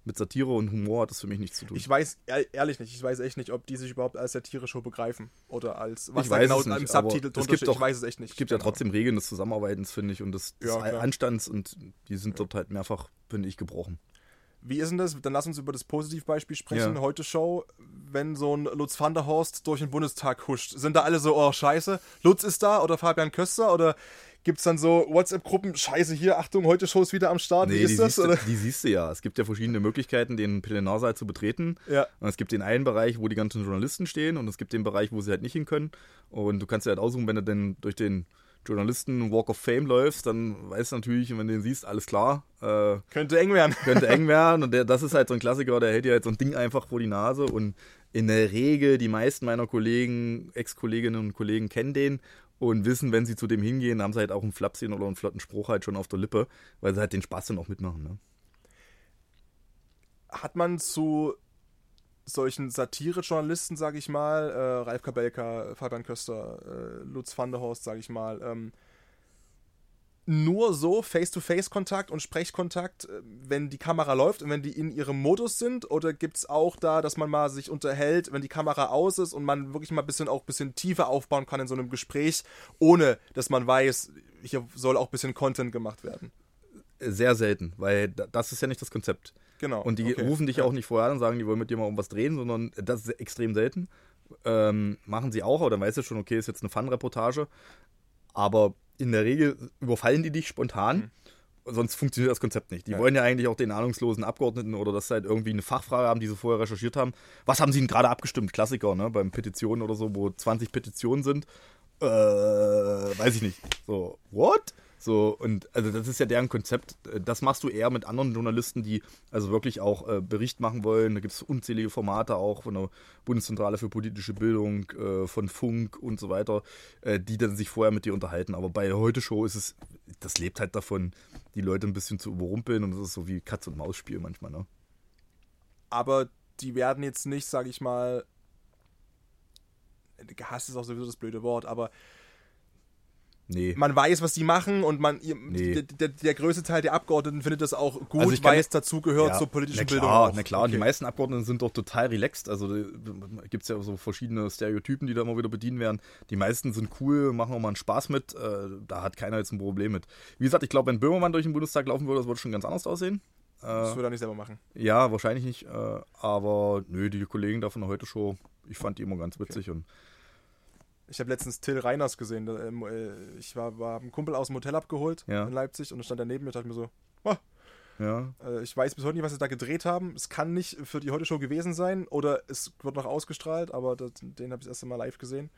mit Satire und Humor hat das für mich nichts zu tun. Ich weiß ehrlich nicht, ich weiß echt nicht, ob die sich überhaupt als Satire-Show begreifen oder als, was ich da weiß genau es nicht, im Subtitel drunter steht, doch, ich weiß es echt nicht. Es gibt genau. ja trotzdem Regeln des Zusammenarbeitens, finde ich, und des, des Ja, Anstands und die sind dort halt mehrfach, finde ich, gebrochen. Wie ist denn das? Dann lass uns über das Positivbeispiel sprechen. Ja. Heute Show, wenn so ein Lutz van der Horst durch den Bundestag huscht, sind da alle so, oh scheiße, Lutz ist da oder Fabian Köster oder gibt es dann so WhatsApp-Gruppen, scheiße hier, Achtung, Heute Show ist wieder am Start, Nee, wie ist die das? Siehst Oder? du, die siehst du ja. Es gibt ja verschiedene Möglichkeiten, den Plenarsaal zu betreten. Ja. Und es gibt den einen Bereich, wo die ganzen Journalisten stehen und es gibt den Bereich, wo sie halt nicht hin können. Und du kannst dir halt aussuchen, wenn du denn durch den Journalisten Walk of Fame läufst, dann weißt du natürlich, wenn du den siehst, alles klar. Äh, Könnte eng werden. könnte eng werden. Und der, das ist halt so ein Klassiker, der hält dir halt so ein Ding einfach vor die Nase. Und in der Regel, die meisten meiner Kollegen, Ex-Kolleginnen und Kollegen kennen den und wissen, wenn sie zu dem hingehen, haben sie halt auch einen Flapschen oder einen flotten Spruch halt schon auf der Lippe, weil sie halt den Spaß dann auch mitmachen. Ne? Hat man zu solchen Satire-Journalisten, sage ich mal, äh, Ralf Kabelka, Fabian Köster, äh, Lutz van der Horst, sage ich mal, ähm, nur so Face-to-Face-Kontakt und Sprechkontakt, äh, wenn die Kamera läuft und wenn die in ihrem Modus sind? Oder gibt es auch da, dass man mal sich unterhält, wenn die Kamera aus ist und man wirklich mal ein bisschen auch ein bisschen tiefer aufbauen kann in so einem Gespräch, ohne dass man weiß, hier soll auch ein bisschen Content gemacht werden? Sehr selten, weil das ist ja nicht das Konzept. Genau. Und die okay. rufen dich ja auch nicht vorher an und sagen, die wollen mit dir mal irgendwas drehen, sondern das ist extrem selten. Ähm, machen sie auch, aber dann weißt du schon, okay, ist jetzt eine Fun-Reportage. Aber in der Regel überfallen die dich spontan, mhm. sonst funktioniert das Konzept nicht. Die ja. wollen ja eigentlich auch den ahnungslosen Abgeordneten oder dass sie halt irgendwie eine Fachfrage haben, die sie vorher recherchiert haben. Was haben sie denn gerade abgestimmt? Klassiker, ne? Beim Petitionen oder so, wo zwanzig Petitionen sind. Äh, weiß ich nicht. So, what? So, und also das ist ja deren Konzept. Das machst du eher mit anderen Journalisten, die also wirklich auch äh, Bericht machen wollen. Da gibt es unzählige Formate auch von der Bundeszentrale für politische Bildung, äh, von Funk und so weiter, äh, die dann sich vorher mit dir unterhalten. Aber bei Heute Show ist es, das lebt halt davon, die Leute ein bisschen zu überrumpeln und das ist so wie Katz-und-Maus-Spiel manchmal, ne? Aber die werden jetzt nicht, sag ich mal, gehasst ist auch sowieso das blöde Wort, aber Nee. man weiß, was die machen und man Nee. der, der, der größte Teil der Abgeordneten findet das auch gut, Also ich weil kann- es dazugehört Ja, zur politischen na Bildung. klar, auch. Na klar, und die Okay. meisten Abgeordneten sind doch total relaxed. Also gibt es ja so verschiedene Stereotypen, die da immer wieder bedient werden. Die meisten sind cool, machen auch mal einen Spaß mit. Äh, da hat keiner jetzt ein Problem mit. Wie gesagt, ich glaube, wenn Böhmermann durch den Bundestag laufen würde, das würde schon ganz anders aussehen. Das Äh, würde er nicht selber machen. ja, wahrscheinlich nicht. Äh, aber nö, die Kollegen da von der Heute-Show, ich fand die immer ganz witzig. Und Ich habe letztens Till Reiners gesehen. Da, ähm, äh, Ich war, war einen Kumpel aus dem Hotel abgeholt Ja. in Leipzig und dann stand er neben mir und dachte mir so, oh, ja, äh, ich weiß bis heute nicht, was sie da gedreht haben. Es kann nicht für die Heute-Show gewesen sein oder es wird noch ausgestrahlt, aber das, den habe ich das erste Mal live gesehen.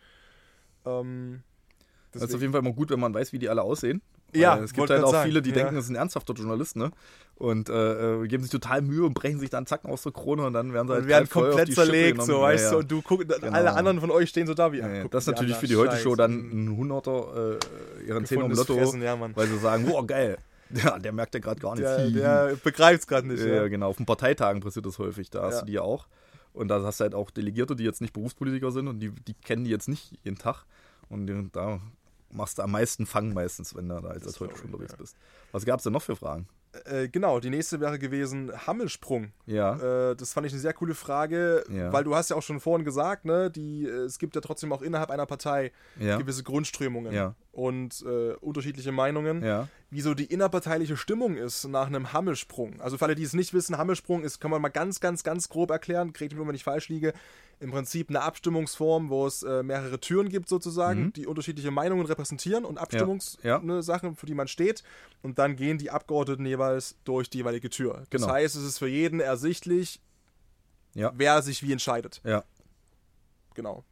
Ähm, das ist auf deswegen- jeden Fall immer gut, wenn man weiß, wie die alle aussehen. Weil Ja, es gibt wollte halt grad auch sagen, viele, die ja. denken, das ist ein ernsthafter Journalist, ne? Und äh, äh, geben sich total Mühe und brechen sich dann Zacken aus der Krone und dann werden sie halt und werden kalt voll auf komplett die Schippe zerlegt, genommen. so, Ja, weißt ja. du, und du guckst, Genau. alle anderen von euch stehen so da wie, Ja, ach, ja. guck Das ist die natürlich an, für die Heute-Show Scheiß. dann ein Hunderter, äh, ihren Zehner im Gefundenes Lotto, Fressen, ja, Mann. weil sie sagen, boah, geil. Ja, der merkt ja gerade gar nichts. Der, der begreift es gerade nicht. ja, Ja. genau. Auf den Parteitagen passiert das häufig. Da hast Ja. du die ja auch. Und da hast du halt auch Delegierte, die jetzt nicht Berufspolitiker sind und die, die kennen die jetzt nicht jeden Tag. Und die, da machst du am meisten Fang meistens, wenn du da als ist heute schon verrückt, unterwegs ja. bist. Was gab es denn noch für Fragen? Äh, genau, die nächste wäre gewesen Hammelsprung. Ja. Äh, das fand ich eine sehr coole Frage, Ja. weil du hast ja auch schon vorhin gesagt, ne, die, äh, es gibt ja trotzdem auch innerhalb einer Partei Ja. gewisse Grundströmungen Ja. und äh, unterschiedliche Meinungen, Ja. wie so die innerparteiliche Stimmung ist nach einem Hammelsprung. Also für alle, die es nicht wissen, Hammelsprung ist, kann man mal ganz, ganz, ganz grob erklären, kriegt mir, wenn ich falsch liege, im Prinzip eine Abstimmungsform, wo es äh, mehrere Türen gibt sozusagen, Mhm. die unterschiedliche Meinungen repräsentieren und Abstimmungssachen, Ja. ne, Sachen, für die man steht. Und dann gehen die Abgeordneten jeweils durch die jeweilige Tür. Das Genau. heißt, es ist für jeden ersichtlich, Ja. wer sich wie entscheidet. Ja. Genau.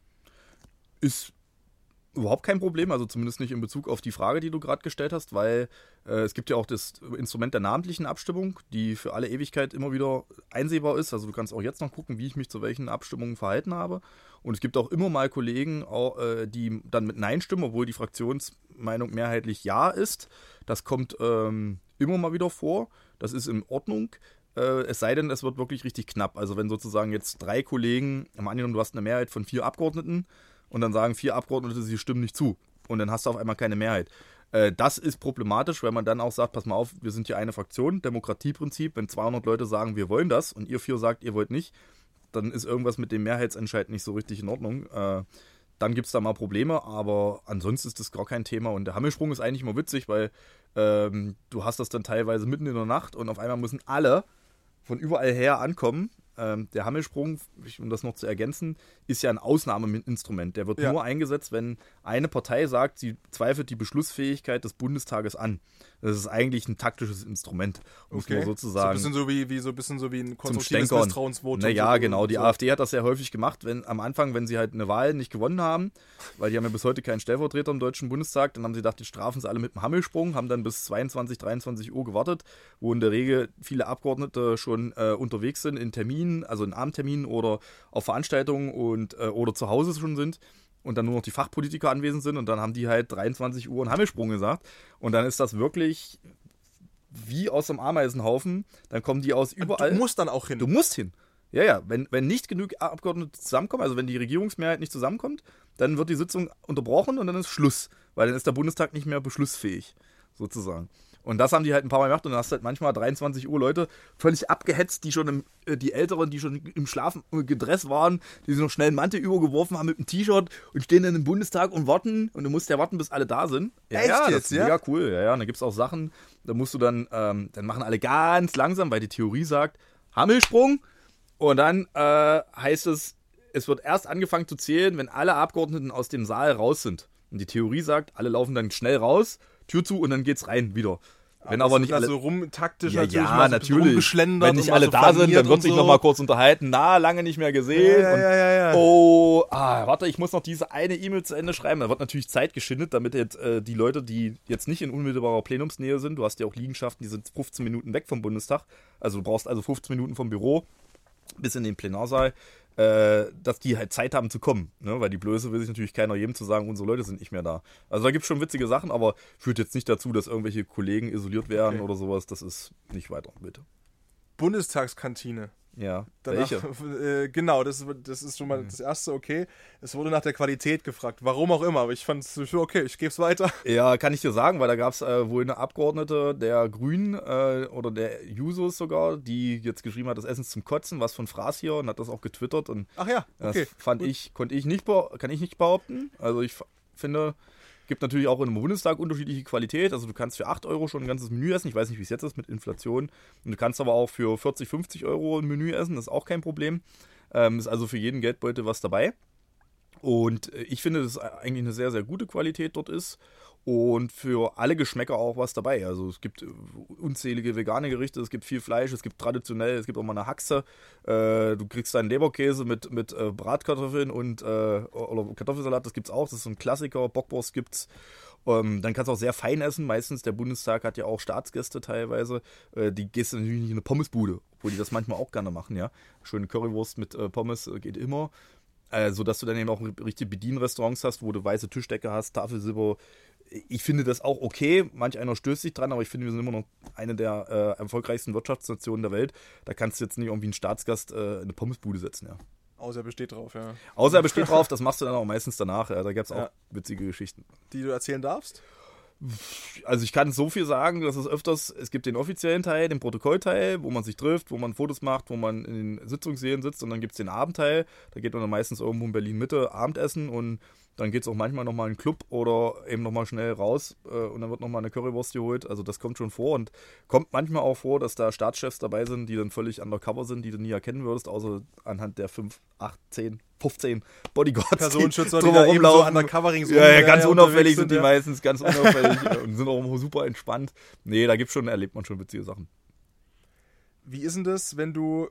Ist überhaupt kein Problem, also zumindest nicht in Bezug auf die Frage, die du gerade gestellt hast, weil äh, es gibt ja auch das Instrument der namentlichen Abstimmung, die für alle Ewigkeit immer wieder einsehbar ist. Also du kannst auch jetzt noch gucken, wie ich mich zu welchen Abstimmungen verhalten habe. Und es gibt auch immer mal Kollegen, auch, äh, die dann mit Nein stimmen, obwohl die Fraktionsmeinung mehrheitlich Ja ist. Das kommt ähm, immer mal wieder vor. Das ist in Ordnung. Äh, es sei denn, es wird wirklich richtig knapp. Also wenn sozusagen jetzt drei Kollegen, mal angenommen, du hast eine Mehrheit von vier Abgeordneten, und dann sagen vier Abgeordnete, sie stimmen nicht zu. Und dann hast du auf einmal keine Mehrheit. Äh, das ist problematisch, weil man dann auch sagt, pass mal auf, wir sind hier eine Fraktion, Demokratieprinzip, wenn zweihundert Leute sagen, wir wollen das und ihr vier sagt, ihr wollt nicht, dann ist irgendwas mit dem Mehrheitsentscheid nicht so richtig in Ordnung. Äh, dann gibt es da mal Probleme, aber ansonsten ist das gar kein Thema. Und der Hammelsprung ist eigentlich immer witzig, weil ähm, du hast das dann teilweise mitten in der Nacht und auf einmal müssen alle von überall her ankommen. Ähm, der Hammelsprung, um das noch zu ergänzen, ist ja ein Ausnahmeinstrument. Der wird ja. nur eingesetzt, wenn eine Partei sagt, sie zweifelt die Beschlussfähigkeit des Bundestages an. Das ist eigentlich ein taktisches Instrument, muss okay. man sozusagen. So ein bisschen so wie, wie, so ein, bisschen so wie ein konstruktives Misstrauensvotum. Naja, so, genau. Die so. AfD hat das sehr häufig gemacht, wenn am Anfang, wenn sie halt eine Wahl nicht gewonnen haben, weil die haben ja bis heute keinen Stellvertreter im Deutschen Bundestag, dann haben sie gedacht, die strafen sie alle mit dem Hammelsprung, haben dann bis zweiundzwanzig, dreiundzwanzig Uhr gewartet, wo in der Regel viele Abgeordnete schon äh, unterwegs sind in Terminen, also in Abendterminen oder auf Veranstaltungen und äh, oder zu Hause schon sind. Und dann nur noch die Fachpolitiker anwesend sind und dann haben die halt dreiundzwanzig Uhr einen Hammelsprung gesagt. Und dann ist das wirklich wie aus einem Ameisenhaufen. Dann kommen die aus überall. Du musst dann auch hin. Du musst hin. Ja, ja. Wenn, wenn nicht genug Abgeordnete zusammenkommen, also wenn die Regierungsmehrheit nicht zusammenkommt, dann wird die Sitzung unterbrochen und dann ist Schluss. Weil dann ist der Bundestag nicht mehr beschlussfähig, sozusagen. Und das haben die halt ein paar Mal gemacht und dann hast du halt manchmal dreiundzwanzig Uhr Leute völlig abgehetzt, die schon im, äh, die Älteren, die schon im Schlafen gedresst waren, die sich noch schnell einen Mantel übergeworfen haben mit einem T-Shirt und stehen dann im Bundestag und warten und du musst ja warten, bis alle da sind. Ja, Echt ja, das jetzt, ist ja? mega cool. Ja, ja, und da gibt es auch Sachen, da musst du dann, ähm, dann machen alle ganz langsam, weil die Theorie sagt, Hammelsprung und dann äh, heißt es, es wird erst angefangen zu zählen, wenn alle Abgeordneten aus dem Saal raus sind. Und die Theorie sagt, alle laufen dann schnell raus, Tür zu und dann geht's rein wieder. Wenn aber, aber nicht alle so rum taktisch ja, natürlich, ja, mal so natürlich. rumgeschlendert Wenn nicht und alle so da sind, dann wird sich so. noch mal kurz unterhalten. Na, lange nicht mehr gesehen. Ja, und, ja, ja, ja. Oh, ah, warte, ich muss noch diese eine E-Mail zu Ende schreiben. Da wird natürlich Zeit geschindet, damit jetzt äh, die Leute, die jetzt nicht in unmittelbarer Plenumsnähe sind, du hast ja auch Liegenschaften, die sind fünfzehn Minuten weg vom Bundestag. Also du brauchst also fünfzehn Minuten vom Büro bis in den Plenarsaal, äh, dass die halt Zeit haben zu kommen. Ne? Weil die Blöße will sich natürlich keiner jedem zu sagen, unsere Leute sind nicht mehr da. Also da gibt es schon witzige Sachen, aber führt jetzt nicht dazu, dass irgendwelche Kollegen isoliert werden okay. oder sowas. Das ist nicht weiter, bitte. Bundestagskantine. Ja, Danach, welche? Äh, genau, das, das ist schon mal das erste, okay. Es wurde nach der Qualität gefragt, warum auch immer, aber ich fand es okay, ich gebe es weiter. Ja, kann ich dir sagen, weil da gab es äh, wohl eine Abgeordnete der Grünen äh, oder der Jusos sogar, die jetzt geschrieben hat, das Essen ist zum Kotzen, was von Fraß hier und hat das auch getwittert. Und ach ja, okay. Das fand Gut. ich, konnte ich nicht, kann ich nicht behaupten. Also ich f- finde... Gibt natürlich auch in einem Bundestag unterschiedliche Qualität. Also du kannst für acht Euro schon ein ganzes Menü essen. Ich weiß nicht, wie es jetzt ist mit Inflation. Und du kannst aber auch für vierzig, fünfzig Euro ein Menü essen. Das ist auch kein Problem. Ähm, ist also für jeden Geldbeutel was dabei. Und ich finde, dass eigentlich eine sehr, sehr gute Qualität dort ist. Und für alle Geschmäcker auch was dabei. Also es gibt unzählige vegane Gerichte, es gibt viel Fleisch, es gibt traditionell, es gibt auch mal eine Haxe. Äh, du kriegst deinen Leberkäse mit, mit äh, Bratkartoffeln und äh, oder Kartoffelsalat, das gibt's auch, das ist so ein Klassiker. Bockwurst gibt's. Ähm, dann kannst du auch sehr fein essen. Meistens, der Bundestag hat ja auch Staatsgäste teilweise. Äh, die gehst du natürlich nicht in eine Pommesbude, obwohl die das manchmal auch gerne machen, ja. Schöne Currywurst mit äh, Pommes äh, geht immer. Äh, sodass du dann eben auch richtige Bedienrestaurants hast, wo du weiße Tischdecke hast, Tafelsilber. Ich finde das auch okay, manch einer stößt sich dran, aber ich finde, wir sind immer noch eine der äh, erfolgreichsten Wirtschaftsnationen der Welt. Da kannst du jetzt nicht irgendwie einen Staatsgast äh, eine Pommesbude setzen, ja. Außer er besteht drauf, ja. Außer er besteht drauf, das machst du dann auch meistens danach, ja. Da gab es auch ja. witzige Geschichten. Die du erzählen darfst? Also ich kann so viel sagen, dass es öfters, es gibt den offiziellen Teil, den Protokollteil, wo man sich trifft, wo man Fotos macht, wo man in den Sitzungssälen sitzt und dann gibt es den Abendteil, da geht man dann meistens irgendwo in Berlin-Mitte Abendessen und dann geht es auch manchmal nochmal in einen Club oder eben nochmal schnell raus äh, und dann wird nochmal eine Currywurst geholt, also das kommt schon vor und kommt manchmal auch vor, dass da Staatschefs dabei sind, die dann völlig undercover sind, die du nie erkennen würdest, außer anhand der fünf, acht, zehn, fünfzehn Bodyguards, Personenschützer, die, die da eben so undercovering so ja, ja, ganz ja, unauffällig sind sind die ja. meistens, ganz unauffällig und sind auch super entspannt. Nee, da gibt's schon, erlebt man schon witzige Sachen. Wie ist denn das, wenn du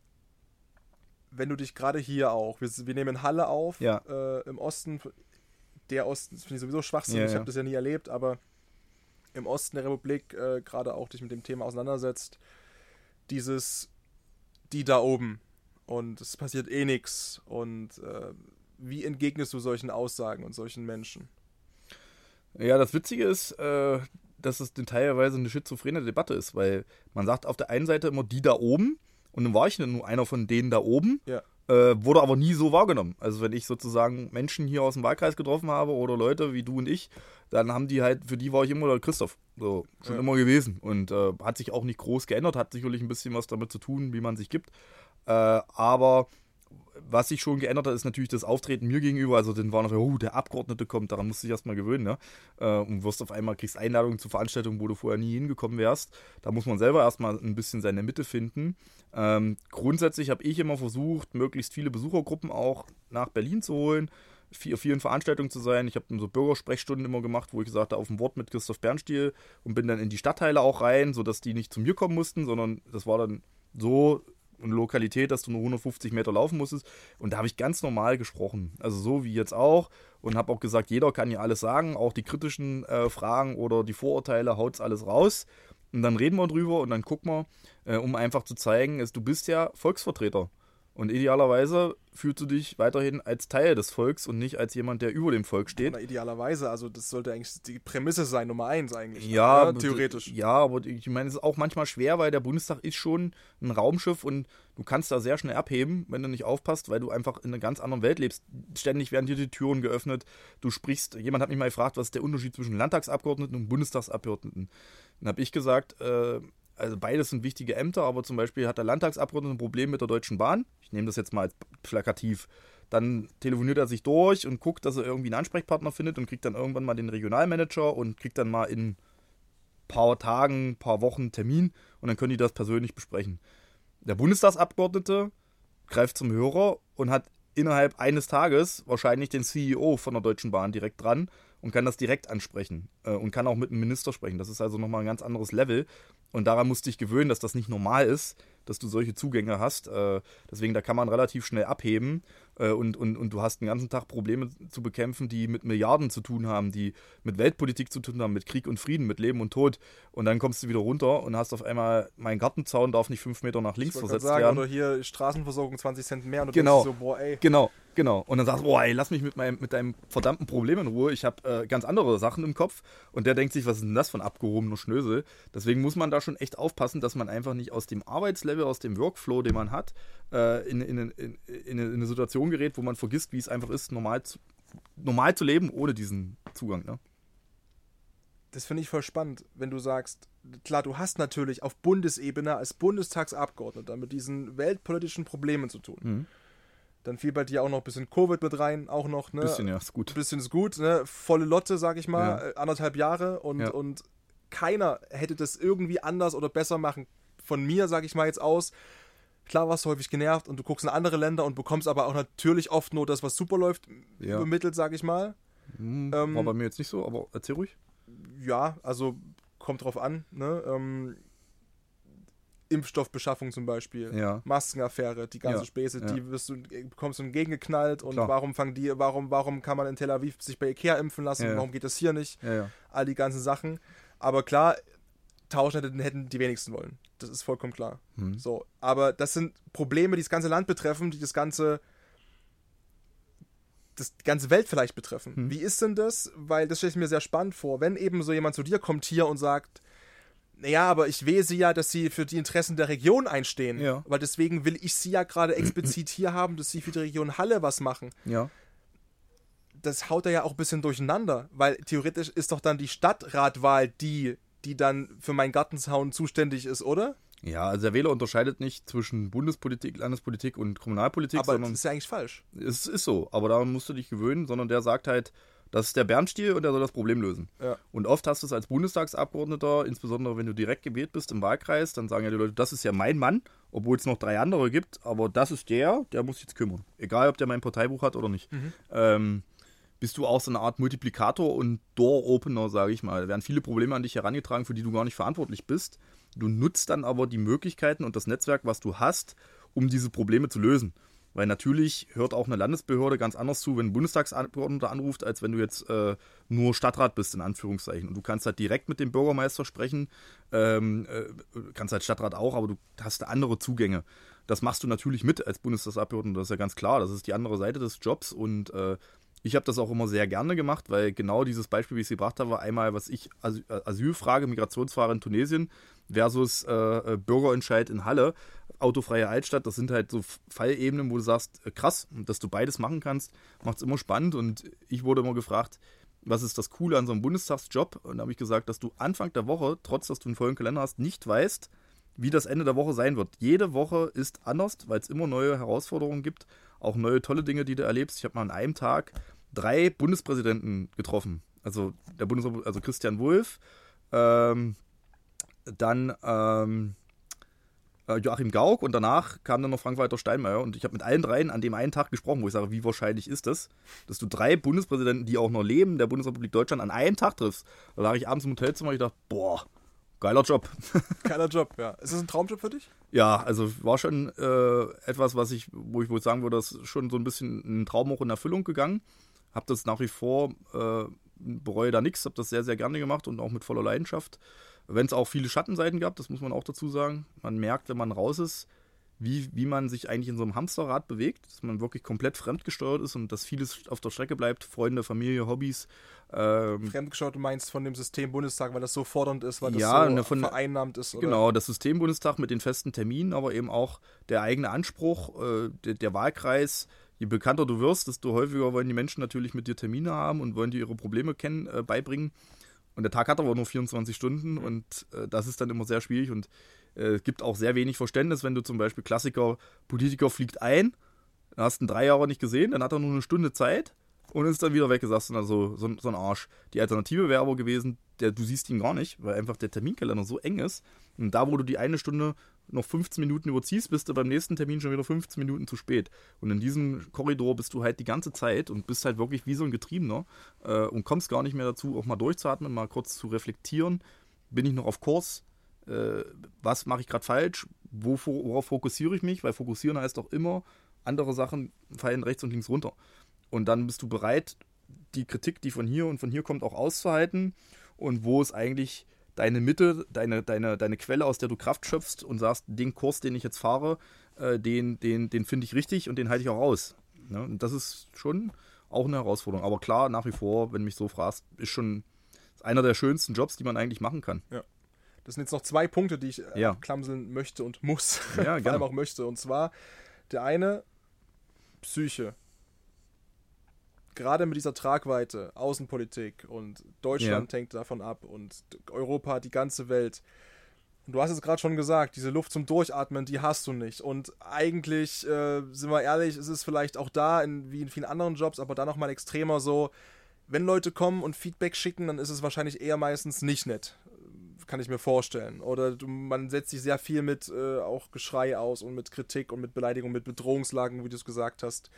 wenn du dich gerade hier auch, wir, wir nehmen Halle auf, ja. äh, im Osten, der Osten, das finde ich sowieso Schwachsinn, ja, ich ja. habe das ja nie erlebt, aber im Osten der Republik äh, gerade auch dich mit dem Thema auseinandersetzt, dieses, die da oben und es passiert eh nichts und äh, wie entgegnest du solchen Aussagen und solchen Menschen? Ja, das Witzige ist, äh, dass es teilweise eine schizophrene Debatte ist, weil man sagt auf der einen Seite immer die da oben und dann war ich nur einer von denen da oben ja. Äh, wurde aber nie so wahrgenommen. Also wenn ich sozusagen Menschen hier aus dem Wahlkreis getroffen habe oder Leute wie du und ich, dann haben die halt, für die war ich immer der Christoph. So, schon ja. immer gewesen. Und äh, hat sich auch nicht groß geändert, hat sicherlich ein bisschen was damit zu tun, wie man sich gibt. Äh, aber was sich schon geändert hat, ist natürlich das Auftreten mir gegenüber. Also dann war noch, oh, der Abgeordnete kommt, daran musst du dich erstmal gewöhnen, ne? Äh, und wirst auf einmal, kriegst Einladungen zu Veranstaltungen, wo du vorher nie hingekommen wärst. Da muss man selber erstmal ein bisschen seine Mitte finden. Ähm, grundsätzlich habe ich immer versucht, möglichst viele Besuchergruppen auch nach Berlin zu holen, auf vielen Veranstaltungen zu sein. Ich habe so Bürgersprechstunden immer gemacht, wo ich gesagt habe, auf dem Wort mit Christoph Bernstiel und bin dann in die Stadtteile auch rein, sodass die nicht zu mir kommen mussten, sondern das war dann so eine Lokalität, dass du nur hundertfünfzig Meter laufen musstest. Und da habe ich ganz normal gesprochen. Also so wie jetzt auch. Und habe auch gesagt, jeder kann ja alles sagen, auch die kritischen äh, Fragen oder die Vorurteile, haut's alles raus. Und dann reden wir drüber und dann gucken wir, äh, um einfach zu zeigen, ist, du bist ja Volksvertreter. Und idealerweise fühlst du dich weiterhin als Teil des Volks und nicht als jemand, der über dem Volk steht. Oder idealerweise, also das sollte eigentlich die Prämisse sein, Nummer eins eigentlich. Ja, ja theoretisch. Ja, aber ich meine, es ist auch manchmal schwer, weil der Bundestag ist schon ein Raumschiff und du kannst da sehr schnell abheben, wenn du nicht aufpasst, weil du einfach in einer ganz anderen Welt lebst. Ständig werden dir die Türen geöffnet, du sprichst, jemand hat mich mal gefragt, was ist der Unterschied zwischen Landtagsabgeordneten und Bundestagsabgeordneten? Dann habe ich gesagt, äh, also beides sind wichtige Ämter, aber zum Beispiel hat der Landtagsabgeordnete ein Problem mit der Deutschen Bahn. Ich nehme das jetzt mal als plakativ. Dann telefoniert er sich durch und guckt, dass er irgendwie einen Ansprechpartner findet und kriegt dann irgendwann mal den Regionalmanager und kriegt dann mal in ein paar Tagen, paar Wochen einen Termin und dann können die das persönlich besprechen. Der Bundestagsabgeordnete greift zum Hörer und hat innerhalb eines Tages wahrscheinlich den C E O von der Deutschen Bahn direkt dran und kann das direkt ansprechen äh, und kann auch mit einem Minister sprechen. Das ist also nochmal ein ganz anderes Level. Und daran musst du dich gewöhnen, dass das nicht normal ist, dass du solche Zugänge hast. Äh, deswegen, da kann man relativ schnell abheben äh, und, und, und du hast den ganzen Tag Probleme zu bekämpfen, die mit Milliarden zu tun haben, die mit Weltpolitik zu tun haben, mit Krieg und Frieden, mit Leben und Tod. Und dann kommst du wieder runter und hast auf einmal, mein Gartenzaun darf nicht fünf Meter nach links versetzt sagen, werden. Oder hier Straßenversorgung zwanzig Cent mehr und du genau. denkst so, boah ey. Genau, genau. Und dann sagst du, boah ey, lass mich mit, meinem, mit deinem verdammten Problem in Ruhe. Ich habe äh, ganz andere Sachen im Kopf. Und der denkt sich, was ist denn das für ein abgehobener Schnösel? Deswegen muss man da schon echt aufpassen, dass man einfach nicht aus dem Arbeitslevel, aus dem Workflow, den man hat, äh, in, in, in, in eine Situation gerät, wo man vergisst, wie es einfach ist, normal zu, normal zu leben ohne diesen Zugang. Ne? Das finde ich voll spannend, wenn du sagst, klar, du hast natürlich auf Bundesebene als Bundestagsabgeordneter mit diesen weltpolitischen Problemen zu tun. Mhm. Dann fiel bei dir auch noch ein bisschen Covid mit rein, auch noch, ne? Bisschen, ja, ist gut. Bisschen ist gut, ne? Volle Lotte, sag ich mal, Ja. äh, anderthalb Jahre und, Ja. und keiner hätte das irgendwie anders oder besser machen. Von mir, sag ich mal jetzt aus, klar warst du häufig genervt und du guckst in andere Länder und bekommst aber auch natürlich oft nur das, was super läuft, Ja. übermittelt, sag ich mal. Hm, Ähm, war bei mir jetzt nicht so, aber erzähl ruhig. Ja, also kommt drauf an, ne? Ähm, Impfstoffbeschaffung zum Beispiel, Ja. Maskenaffäre, die ganze Ja, Späße, ja. die wirst du, bekommst du entgegengeknallt und Klar. warum fangen die, warum, warum kann man in Tel Aviv sich bei Ikea impfen lassen, Ja, ja. warum geht das hier nicht? Ja, ja. All die ganzen Sachen. Aber klar, tauschen hätten, hätten die wenigsten wollen. Das ist vollkommen klar. Hm. So, aber das sind Probleme, die das ganze Land betreffen, die das ganze das die ganze Welt vielleicht betreffen. Hm. Wie ist denn das? Weil das stelle ich mir sehr spannend vor, wenn eben so jemand zu dir kommt hier und sagt, naja, aber ich sehe sie ja, dass sie für die Interessen der Region einstehen. Ja. Weil deswegen will ich sie ja gerade explizit hier haben, dass sie für die Region Halle was machen. Ja. Das haut er ja auch ein bisschen durcheinander, weil theoretisch ist doch dann die Stadtratwahl die, die dann für meinen Gartenzaun zuständig ist, oder? Ja, also der Wähler unterscheidet nicht zwischen Bundespolitik, Landespolitik und Kommunalpolitik, Aber sondern das ist ja eigentlich falsch. es ist so, aber daran musst du dich gewöhnen, sondern der sagt halt, das ist der Bernstiel und der soll das Problem lösen. Ja. Und oft hast du es als Bundestagsabgeordneter, insbesondere wenn du direkt gewählt bist im Wahlkreis, dann sagen ja die Leute, das ist ja mein Mann, obwohl es noch drei andere gibt, aber das ist der, der muss sich jetzt kümmern. Egal, ob der mein Parteibuch hat oder nicht. Mhm. Ähm, bist du auch so eine Art Multiplikator und Door-Opener, sage ich mal. Da werden viele Probleme an dich herangetragen, für die du gar nicht verantwortlich bist. Du nutzt dann aber die Möglichkeiten und das Netzwerk, was du hast, um diese Probleme zu lösen. Weil natürlich hört auch eine Landesbehörde ganz anders zu, wenn ein Bundestagsabgeordneter anruft, als wenn du jetzt äh, nur Stadtrat bist, in Anführungszeichen. Und du kannst halt direkt mit dem Bürgermeister sprechen, ähm, äh, kannst als Stadtrat auch, aber du hast andere Zugänge. Das machst du natürlich mit als Bundestagsabgeordneter, das ist ja ganz klar. Das ist die andere Seite des Jobs und äh, Ich habe das auch immer sehr gerne gemacht, weil genau dieses Beispiel, wie ich es gebracht habe, war einmal, was ich, Asyl, Asylfrage, Migrationsfrage in Tunesien versus äh, Bürgerentscheid in Halle, autofreie Altstadt. Das sind halt so Fallebenen, wo du sagst, äh, krass, dass du beides machen kannst, macht es immer spannend. Und ich wurde immer gefragt, was ist das Coole an so einem Bundestagsjob? Und da habe ich gesagt, dass du Anfang der Woche, trotz dass du einen vollen Kalender hast, nicht weißt, wie das Ende der Woche sein wird. Jede Woche ist anders, weil es immer neue Herausforderungen gibt, auch neue tolle Dinge, die du erlebst. Ich habe mal an einem Tag drei Bundespräsidenten getroffen. Also der Bundes also Christian Wulff, ähm, dann ähm, Joachim Gauck und danach kam dann noch Frank-Walter Steinmeier und ich habe mit allen dreien an dem einen Tag gesprochen, wo ich sage, wie wahrscheinlich ist das, dass du drei Bundespräsidenten, die auch noch leben, der Bundesrepublik Deutschland, an einem Tag triffst. Da lag ich abends im Hotelzimmer und ich dachte, boah, geiler Job. Geiler Job, ja. Ist das ein Traumjob für dich? Ja, also war schon äh, etwas, was ich, wo ich wohl sagen würde, das ist schon so ein bisschen ein Traum auch in Erfüllung gegangen. Habe das nach wie vor, äh, bereue da nichts, habe das sehr, sehr gerne gemacht und auch mit voller Leidenschaft. Wenn es auch viele Schattenseiten gab, das muss man auch dazu sagen. Man merkt, wenn man raus ist, wie, wie man sich eigentlich in so einem Hamsterrad bewegt, dass man wirklich komplett fremdgesteuert ist und dass vieles auf der Strecke bleibt, Freunde, Familie, Hobbys. Ähm, Fremdgesteuert, du meinst von dem System Bundestag, weil das so fordernd ist, weil das ja, so ne, von, vereinnahmt ist? Oder? Genau, das System Bundestag mit den festen Terminen, aber eben auch der eigene Anspruch, äh, der, der Wahlkreis. Je bekannter du wirst, desto häufiger wollen die Menschen natürlich mit dir Termine haben und wollen dir ihre Probleme kennen, äh, beibringen. Und der Tag hat aber nur vierundzwanzig Stunden und äh, das ist dann immer sehr schwierig und äh, es gibt auch sehr wenig Verständnis, wenn du zum Beispiel Klassiker, Politiker fliegt ein, dann hast du ihn drei Jahre nicht gesehen, dann hat er nur eine Stunde Zeit und ist dann wieder weg, sagst du, also so, so ein Arsch. Die Alternative wäre aber gewesen, der, du siehst ihn gar nicht, weil einfach der Terminkalender so eng ist und da, wo du die eine Stunde noch fünfzehn Minuten überziehst, bist du beim nächsten Termin schon wieder fünfzehn Minuten zu spät. Und in diesem Korridor bist du halt die ganze Zeit und bist halt wirklich wie so ein Getriebener äh, und kommst gar nicht mehr dazu, auch mal durchzuatmen, mal kurz zu reflektieren. Bin ich noch auf Kurs? Äh, was mache ich gerade falsch? Wo, worauf fokussiere ich mich? Weil fokussieren heißt auch immer, andere Sachen fallen rechts und links runter. Und dann bist du bereit, die Kritik, die von hier und von hier kommt, auch auszuhalten. Und wo ist eigentlich deine Mitte, deine, deine, deine Quelle, aus der du Kraft schöpfst und sagst, den Kurs, den ich jetzt fahre, äh, den, den, den finde ich richtig und den halte ich auch aus. Ne? Und das ist schon auch eine Herausforderung. Aber klar, nach wie vor, wenn du mich so fragst, ist schon einer der schönsten Jobs, die man eigentlich machen kann. Ja. Das sind jetzt noch zwei Punkte, die ich äh, ja. klamseln möchte und muss. Ja, vor allem auch möchte. Und zwar der eine, Psyche. Gerade mit dieser Tragweite, Außenpolitik und Deutschland ja. hängt davon ab und Europa, die ganze Welt. Und du hast es gerade schon gesagt, diese Luft zum Durchatmen, die hast du nicht. Und eigentlich, äh, sind wir ehrlich, es ist vielleicht auch da, in, wie in vielen anderen Jobs, aber da nochmal extremer so, wenn Leute kommen und Feedback schicken, dann ist es wahrscheinlich eher meistens nicht nett. Kann ich mir vorstellen. Oder du, man setzt sich sehr viel mit äh, auch Geschrei aus und mit Kritik und mit Beleidigung, mit Bedrohungslagen, wie du es gesagt hast.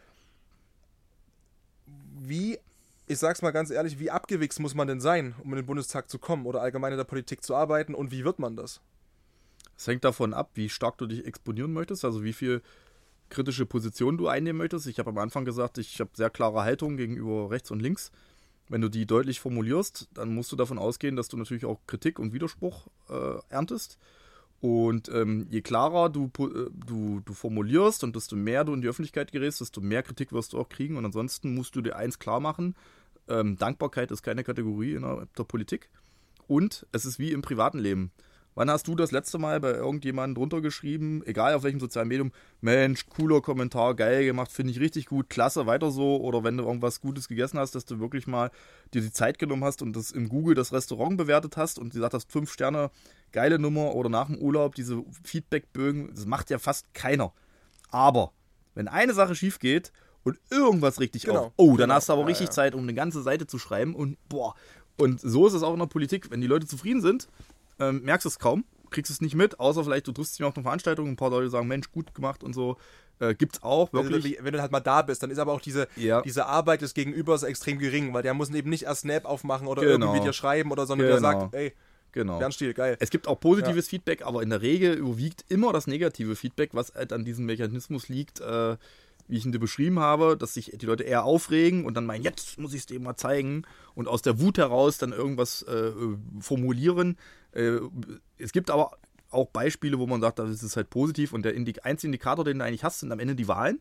Wie, ich sag's mal ganz ehrlich, wie abgewichst muss man denn sein, um in den Bundestag zu kommen oder allgemein in der Politik zu arbeiten und wie wird man das? Es hängt davon ab, wie stark du dich exponieren möchtest, also wie viel kritische Position du einnehmen möchtest. Ich habe am Anfang gesagt, ich habe sehr klare Haltung gegenüber rechts und links. Wenn du die deutlich formulierst, dann musst du davon ausgehen, dass du natürlich auch Kritik und Widerspruch äh, erntest. Und ähm, je klarer du, äh, du, du formulierst und desto mehr du in die Öffentlichkeit gerätst, desto mehr Kritik wirst du auch kriegen. Und ansonsten musst du dir eins klar machen, ähm, Dankbarkeit ist keine Kategorie innerhalb der Politik. Und es ist wie im privaten Leben. Wann hast du das letzte Mal bei irgendjemandem drunter geschrieben, egal auf welchem sozialen Medium, Mensch, cooler Kommentar, geil gemacht, finde ich richtig gut, klasse, weiter so. Oder wenn du irgendwas Gutes gegessen hast, dass du wirklich mal dir die Zeit genommen hast und das in Google das Restaurant bewertet hast und gesagt hast, fünf Sterne, geile Nummer. Oder nach dem Urlaub diese Feedbackbögen, das macht ja fast keiner. Aber wenn eine Sache schief geht und irgendwas regt dich genau. auf, oh, dann genau. hast du aber ja, richtig ja. Zeit, um eine ganze Seite zu schreiben und boah. Und so ist es auch in der Politik, wenn die Leute zufrieden sind, Ähm, merkst es kaum, kriegst es nicht mit, außer vielleicht du triffst dich auf eine Veranstaltung, ein paar Leute sagen, Mensch, gut gemacht und so, äh, gibt's auch, wirklich. Wenn du, wenn du halt mal da bist, dann ist aber auch diese, ja. diese Arbeit des Gegenübers extrem gering, weil der muss eben nicht erst Snap aufmachen oder genau. irgendwie dir schreiben oder, sondern genau. der sagt, ey, genau. Bernstiel, geil. Es gibt auch positives ja. Feedback, aber in der Regel überwiegt immer das negative Feedback, was halt an diesem Mechanismus liegt, äh, wie ich ihn dir beschrieben habe, dass sich die Leute eher aufregen und dann meinen, jetzt muss ich es dir mal zeigen und aus der Wut heraus dann irgendwas äh, formulieren. Äh, es gibt aber auch Beispiele, wo man sagt, das ist halt positiv und der Indik- einzige Indikator, den du eigentlich hast, sind am Ende die Wahlen.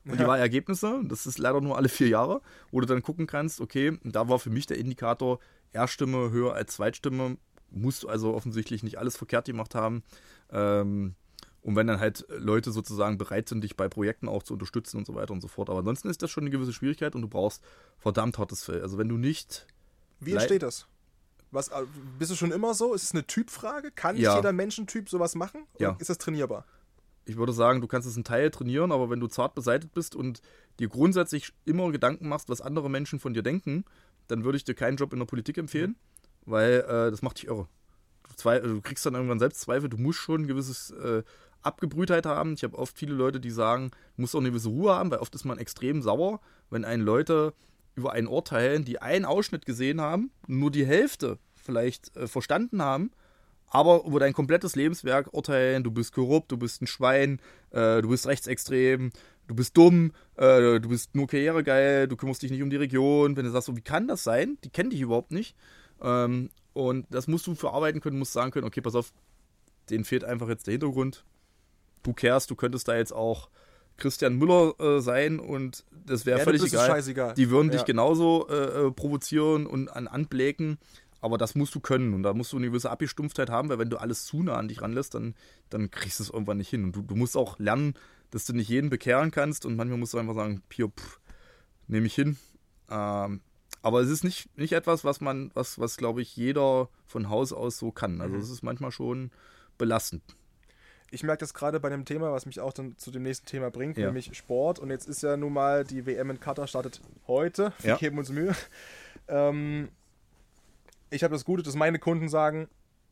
Und die Wahlergebnisse, das ist leider nur alle vier Jahre, wo du dann gucken kannst, okay, da war für mich der Indikator Erststimme höher als Zweitstimme, musst du also offensichtlich nicht alles verkehrt gemacht haben. Ähm, und wenn dann halt Leute sozusagen bereit sind, dich bei Projekten auch zu unterstützen und so weiter und so fort. Aber ansonsten ist das schon eine gewisse Schwierigkeit und du brauchst verdammt hartes Fell. Also wenn du nicht... Wie entsteht das? Was, bist du schon immer so? Ist es eine Typfrage? Kann nicht Ja. jeder Menschentyp sowas machen? Oder Ja. ist das trainierbar? Ich würde sagen, du kannst es einen Teil trainieren, aber wenn du zart beseitigt bist und dir grundsätzlich immer Gedanken machst, was andere Menschen von dir denken, dann würde ich dir keinen Job in der Politik empfehlen, mhm. weil äh, das macht dich irre. Du, zwei, du kriegst dann irgendwann Selbstzweifel, du musst schon ein gewisses äh, Abgebrühtheit haben. Ich habe oft viele Leute, die sagen, du musst auch eine gewisse Ruhe haben, weil oft ist man extrem sauer, wenn einen Leute über einen urteilen, die einen Ausschnitt gesehen haben, nur die Hälfte vielleicht äh, verstanden haben, aber über dein komplettes Lebenswerk urteilen, du bist korrupt, du bist ein Schwein, äh, du bist rechtsextrem, du bist dumm, äh, du bist nur karrieregeil, du kümmerst dich nicht um die Region. Wenn du sagst, so, wie kann das sein? Die kennen dich überhaupt nicht. Ähm, und das musst du verarbeiten können, musst sagen können, okay, pass auf, denen fehlt einfach jetzt der Hintergrund. Du kehrst, du könntest da jetzt auch Christian Müller äh, sein und das wäre Ja, völlig das ist egal. scheißegal. Die würden Ja. dich genauso äh, provozieren und an, anbläken. Aber das musst du können und da musst du eine gewisse Abgestumpftheit haben, weil wenn du alles zu nah an dich ranlässt, dann, dann kriegst du es irgendwann nicht hin. Und du, du musst auch lernen, dass du nicht jeden bekehren kannst und manchmal musst du einfach sagen, Pio, pff, nehme ich hin. Ähm, aber es ist nicht, nicht etwas, was man, was, was glaube ich, jeder von Haus aus so kann. Also es ist manchmal schon belastend. Ich merke das gerade bei dem Thema, was mich auch dann zu dem nächsten Thema bringt, Ja. nämlich Sport. Und jetzt ist ja nun mal die W M in Katar startet heute. Wir Ja. geben uns Mühe. Ähm, ich habe das Gute, dass meine Kunden sagen,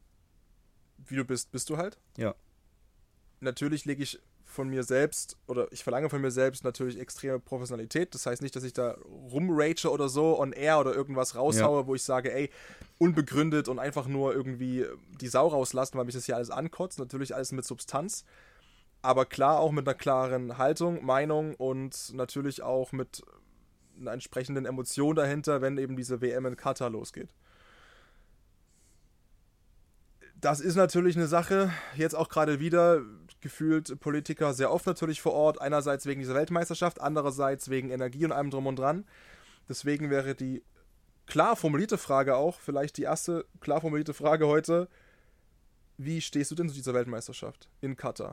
wie du bist, bist du halt. Ja. Natürlich lege ich von mir selbst oder ich verlange von mir selbst natürlich extreme Professionalität. Das heißt nicht, dass ich da rumrage oder so on air oder irgendwas raushaue, Ja. wo ich sage, ey, unbegründet und einfach nur irgendwie die Sau rauslassen, weil mich das hier alles ankotzt. Natürlich alles mit Substanz. Aber klar auch mit einer klaren Haltung, Meinung und natürlich auch mit einer entsprechenden Emotion dahinter, wenn eben diese W M in Katar losgeht. Das ist natürlich eine Sache, jetzt auch gerade wieder, gefühlt Politiker sehr oft natürlich vor Ort, einerseits wegen dieser Weltmeisterschaft, andererseits wegen Energie und allem drum und dran. Deswegen wäre die klar formulierte Frage auch, vielleicht die erste klar formulierte Frage heute, wie stehst du denn zu dieser Weltmeisterschaft in Katar?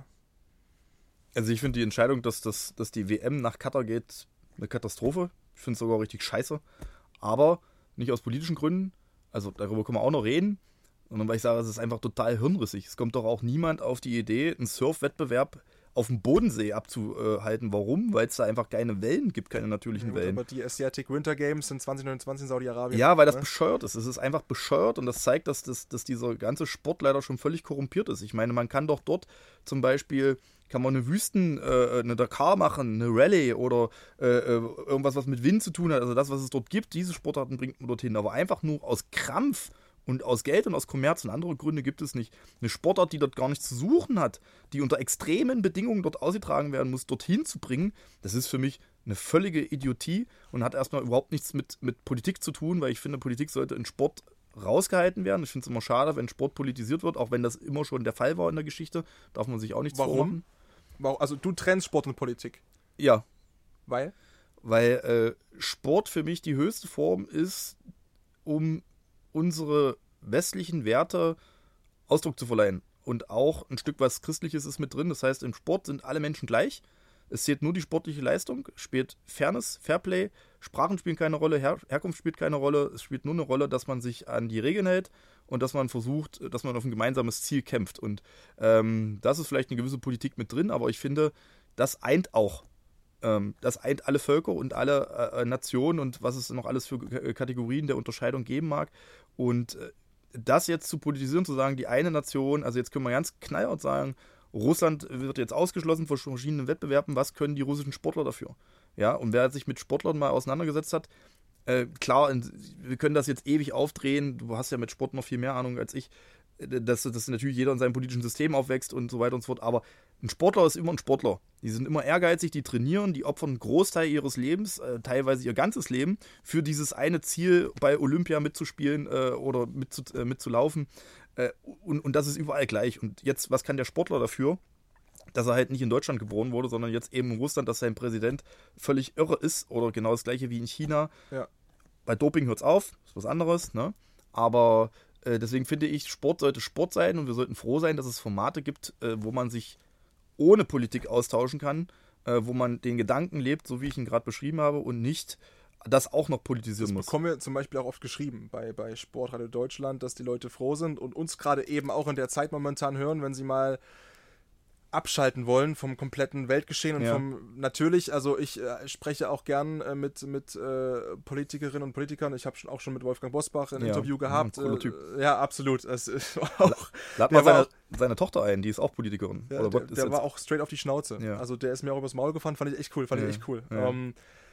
Also ich finde die Entscheidung, dass, das, dass die W M nach Katar geht, eine Katastrophe. Ich finde es sogar richtig scheiße. Aber nicht aus politischen Gründen. Also darüber können wir auch noch reden. Sondern weil ich sage, es ist einfach total hirnrissig. Es kommt doch auch niemand auf die Idee, einen Surfwettbewerb auf dem Bodensee abzuhalten. Warum? Weil es da einfach keine Wellen gibt, keine natürlichen Ja, Wellen. aber die Asiatic Winter Games sind zwanzig neunundzwanzig in Saudi-Arabien. Ja, weil das ne? bescheuert ist. Es ist einfach bescheuert und das zeigt, dass, das, dass dieser ganze Sport leider schon völlig korrumpiert ist. Ich meine, man kann doch dort zum Beispiel, kann man eine Wüsten, äh, eine Dakar machen, eine Rallye oder äh, irgendwas, was mit Wind zu tun hat. Also das, was es dort gibt, diese Sportarten bringt man dorthin. Aber einfach nur aus Krampf und aus Geld und aus Kommerz und andere Gründe gibt es nicht. Eine Sportart, die dort gar nichts zu suchen hat, die unter extremen Bedingungen dort ausgetragen werden muss, dorthin zu bringen, das ist für mich eine völlige Idiotie und hat erstmal überhaupt nichts mit, mit Politik zu tun, weil ich finde, Politik sollte in Sport rausgehalten werden. Ich finde es immer schade, wenn Sport politisiert wird, auch wenn das immer schon der Fall war in der Geschichte, darf man sich auch nichts Warum? vormachen. Warum? Also du trennst Sport und Politik. Ja, Weil? weil äh, Sport für mich die höchste Form ist, um unsere westlichen Werte Ausdruck zu verleihen. Und auch ein Stück was Christliches ist mit drin. Das heißt, im Sport sind alle Menschen gleich. Es zählt nur die sportliche Leistung, spielt Fairness, Fairplay, Sprachen spielen keine Rolle, Her- Herkunft spielt keine Rolle. Es spielt nur eine Rolle, dass man sich an die Regeln hält und dass man versucht, dass man auf ein gemeinsames Ziel kämpft. Und ähm, das ist vielleicht eine gewisse Politik mit drin, aber ich finde, das eint auch. Ähm, das eint alle Völker und alle äh, Nationen und was es noch alles für K- Kategorien der Unterscheidung geben mag. Und äh, das jetzt zu politisieren, zu sagen, die eine Nation, also jetzt können wir ganz knallhart sagen, Russland wird jetzt ausgeschlossen von verschiedenen Wettbewerben, was können die russischen Sportler dafür? Ja, und wer sich mit Sportlern mal auseinandergesetzt hat, äh, klar, wir können das jetzt ewig aufdrehen, du hast ja mit Sport noch viel mehr Ahnung als ich, dass, dass natürlich jeder in seinem politischen System aufwächst und so weiter und so fort, aber ein Sportler ist immer ein Sportler. Die sind immer ehrgeizig, die trainieren, die opfern einen Großteil ihres Lebens, äh, teilweise ihr ganzes Leben, für dieses eine Ziel, bei Olympia mitzuspielen äh, oder mitzu, äh, mitzulaufen. Äh, und, und das ist überall gleich. Und jetzt, was kann der Sportler dafür, dass er halt nicht in Deutschland geboren wurde, sondern jetzt eben in Russland, dass sein Präsident völlig irre ist oder genau das gleiche wie in China. Ja. Bei Doping hört es auf, ist was anderes, ne? Aber äh, deswegen finde ich, Sport sollte Sport sein und wir sollten froh sein, dass es Formate gibt, äh, wo man sich ohne Politik austauschen kann, äh, wo man den Gedanken lebt, so wie ich ihn gerade beschrieben habe und nicht das auch noch politisieren das muss. Das bekommen wir zum Beispiel auch oft geschrieben bei, bei Sportradio Deutschland, dass die Leute froh sind und uns gerade eben auch in der Zeit momentan hören, wenn sie mal abschalten wollen vom kompletten Weltgeschehen und Ja. vom, natürlich, also ich äh, spreche auch gern äh, mit, mit äh, Politikerinnen und Politikern, ich habe schon, auch schon mit Wolfgang Bosbach ein Ja, Interview gehabt. ein cooler äh, Typ. Ja, absolut. Es ist auch, Lad der mal war seine, auch- seine Tochter ein, die ist auch Politikerin. ja, Oder der was ist der jetzt- war auch straight auf die Schnauze. Ja. Also der ist mir auch übers Maul gefahren, fand ich echt cool, fand Ja, ich echt cool. ja. Ähm,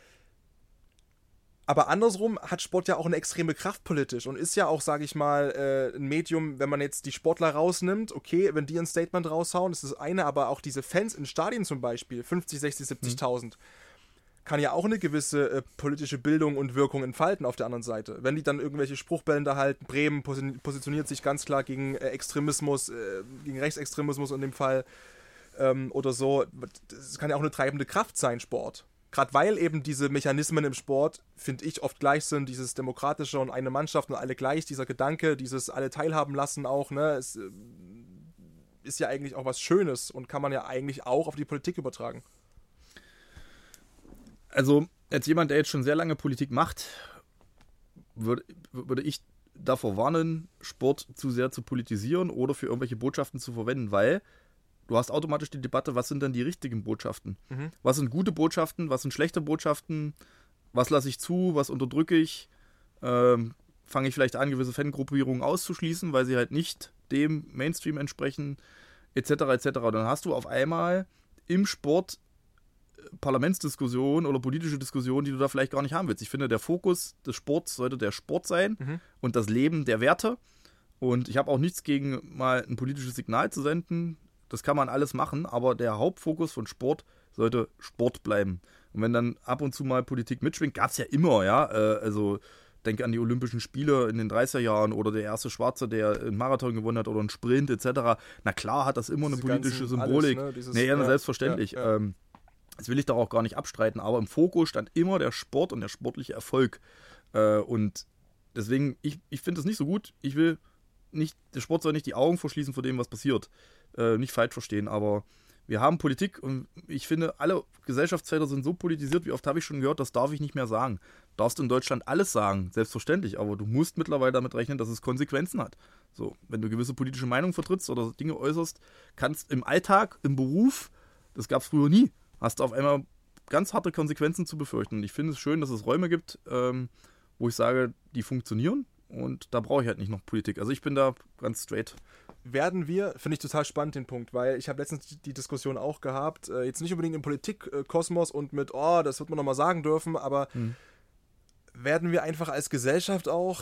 aber andersrum hat Sport ja auch eine extreme Kraft politisch und ist ja auch, sage ich mal, äh, ein Medium, wenn man jetzt die Sportler rausnimmt, okay, wenn die ein Statement raushauen, das ist das eine, aber auch diese Fans in Stadien zum Beispiel, fünfzig, sechzig, siebzigtausend, kann ja auch eine gewisse äh, politische Bildung und Wirkung entfalten auf der anderen Seite. Wenn die dann irgendwelche Spruchbänder halten, Bremen posi- positioniert sich ganz klar gegen äh, Extremismus, äh, gegen Rechtsextremismus in dem Fall ähm, oder so, das kann ja auch eine treibende Kraft sein, Sport. Gerade weil eben diese Mechanismen im Sport, finde ich, oft gleich sind, dieses demokratische und eine Mannschaft und alle gleich, dieser Gedanke, dieses alle teilhaben lassen auch, ne, es äh, ist ja eigentlich auch was Schönes und kann man ja eigentlich auch auf die Politik übertragen. Also, als jemand, der jetzt schon sehr lange Politik macht, würde, würde ich davor warnen, Sport zu sehr zu politisieren oder für irgendwelche Botschaften zu verwenden, weil du hast automatisch die Debatte, was sind denn die richtigen Botschaften? Mhm. Was sind gute Botschaften, was sind schlechte Botschaften, was lasse ich zu, was unterdrücke ich, ähm, fange ich vielleicht an, gewisse Fangruppierungen auszuschließen, weil sie halt nicht dem Mainstream entsprechen, et cetera et cetera. Dann hast du auf einmal im Sport Parlamentsdiskussionen oder politische Diskussionen, die du da vielleicht gar nicht haben willst. Ich finde, der Fokus des Sports sollte der Sport sein Mhm. und das Leben der Werte. Und ich habe auch nichts gegen, mal ein politisches Signal zu senden. Das kann man alles machen, aber der Hauptfokus von Sport sollte Sport bleiben. Und wenn dann ab und zu mal Politik mitschwingt, gab es ja immer, ja. Äh, also denke an die Olympischen Spiele in den dreißiger Jahren oder der erste Schwarze, der einen Marathon gewonnen hat oder einen Sprint et cetera. Na klar hat das immer eine Diese politische ganzen Symbolik. alles, ne? Dieses- nee, ja, ja, selbstverständlich. ja, ja. Ähm, das will ich doch auch gar nicht abstreiten, aber im Fokus stand immer der Sport und der sportliche Erfolg. Äh, und deswegen, ich, ich finde es nicht so gut. Ich will nicht, der Sport soll nicht die Augen verschließen vor dem, was passiert. Äh, nicht falsch verstehen, aber wir haben Politik und ich finde, alle Gesellschaftsfelder sind so politisiert, wie oft habe ich schon gehört, das darf ich nicht mehr sagen. Darfst du in Deutschland alles sagen, selbstverständlich, aber du musst mittlerweile damit rechnen, dass es Konsequenzen hat. So, wenn du gewisse politische Meinungen vertrittst oder Dinge äußerst, kannst im Alltag, im Beruf, das gab es früher nie, hast du auf einmal ganz harte Konsequenzen zu befürchten. Und ich finde es schön, dass es Räume gibt, ähm, wo ich sage, die funktionieren und da brauche ich halt nicht noch Politik. Also ich bin da ganz straight. Werden wir, finde ich total spannend den Punkt, weil ich habe letztens die, die Diskussion auch gehabt, äh, jetzt nicht unbedingt im Politikkosmos und mit, oh, das wird man nochmal sagen dürfen, aber Hm. werden wir einfach als Gesellschaft auch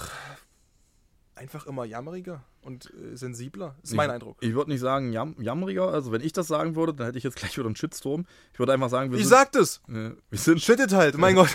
einfach immer jammeriger und äh, sensibler? Ist mein ich, Eindruck. Ich würde nicht sagen jam jammeriger, also wenn ich das sagen würde, dann hätte ich jetzt gleich wieder einen Shitstorm. Ich würde einfach sagen, wir Ich sind, sag das! äh, wir sind Shittet halt, mein Gott.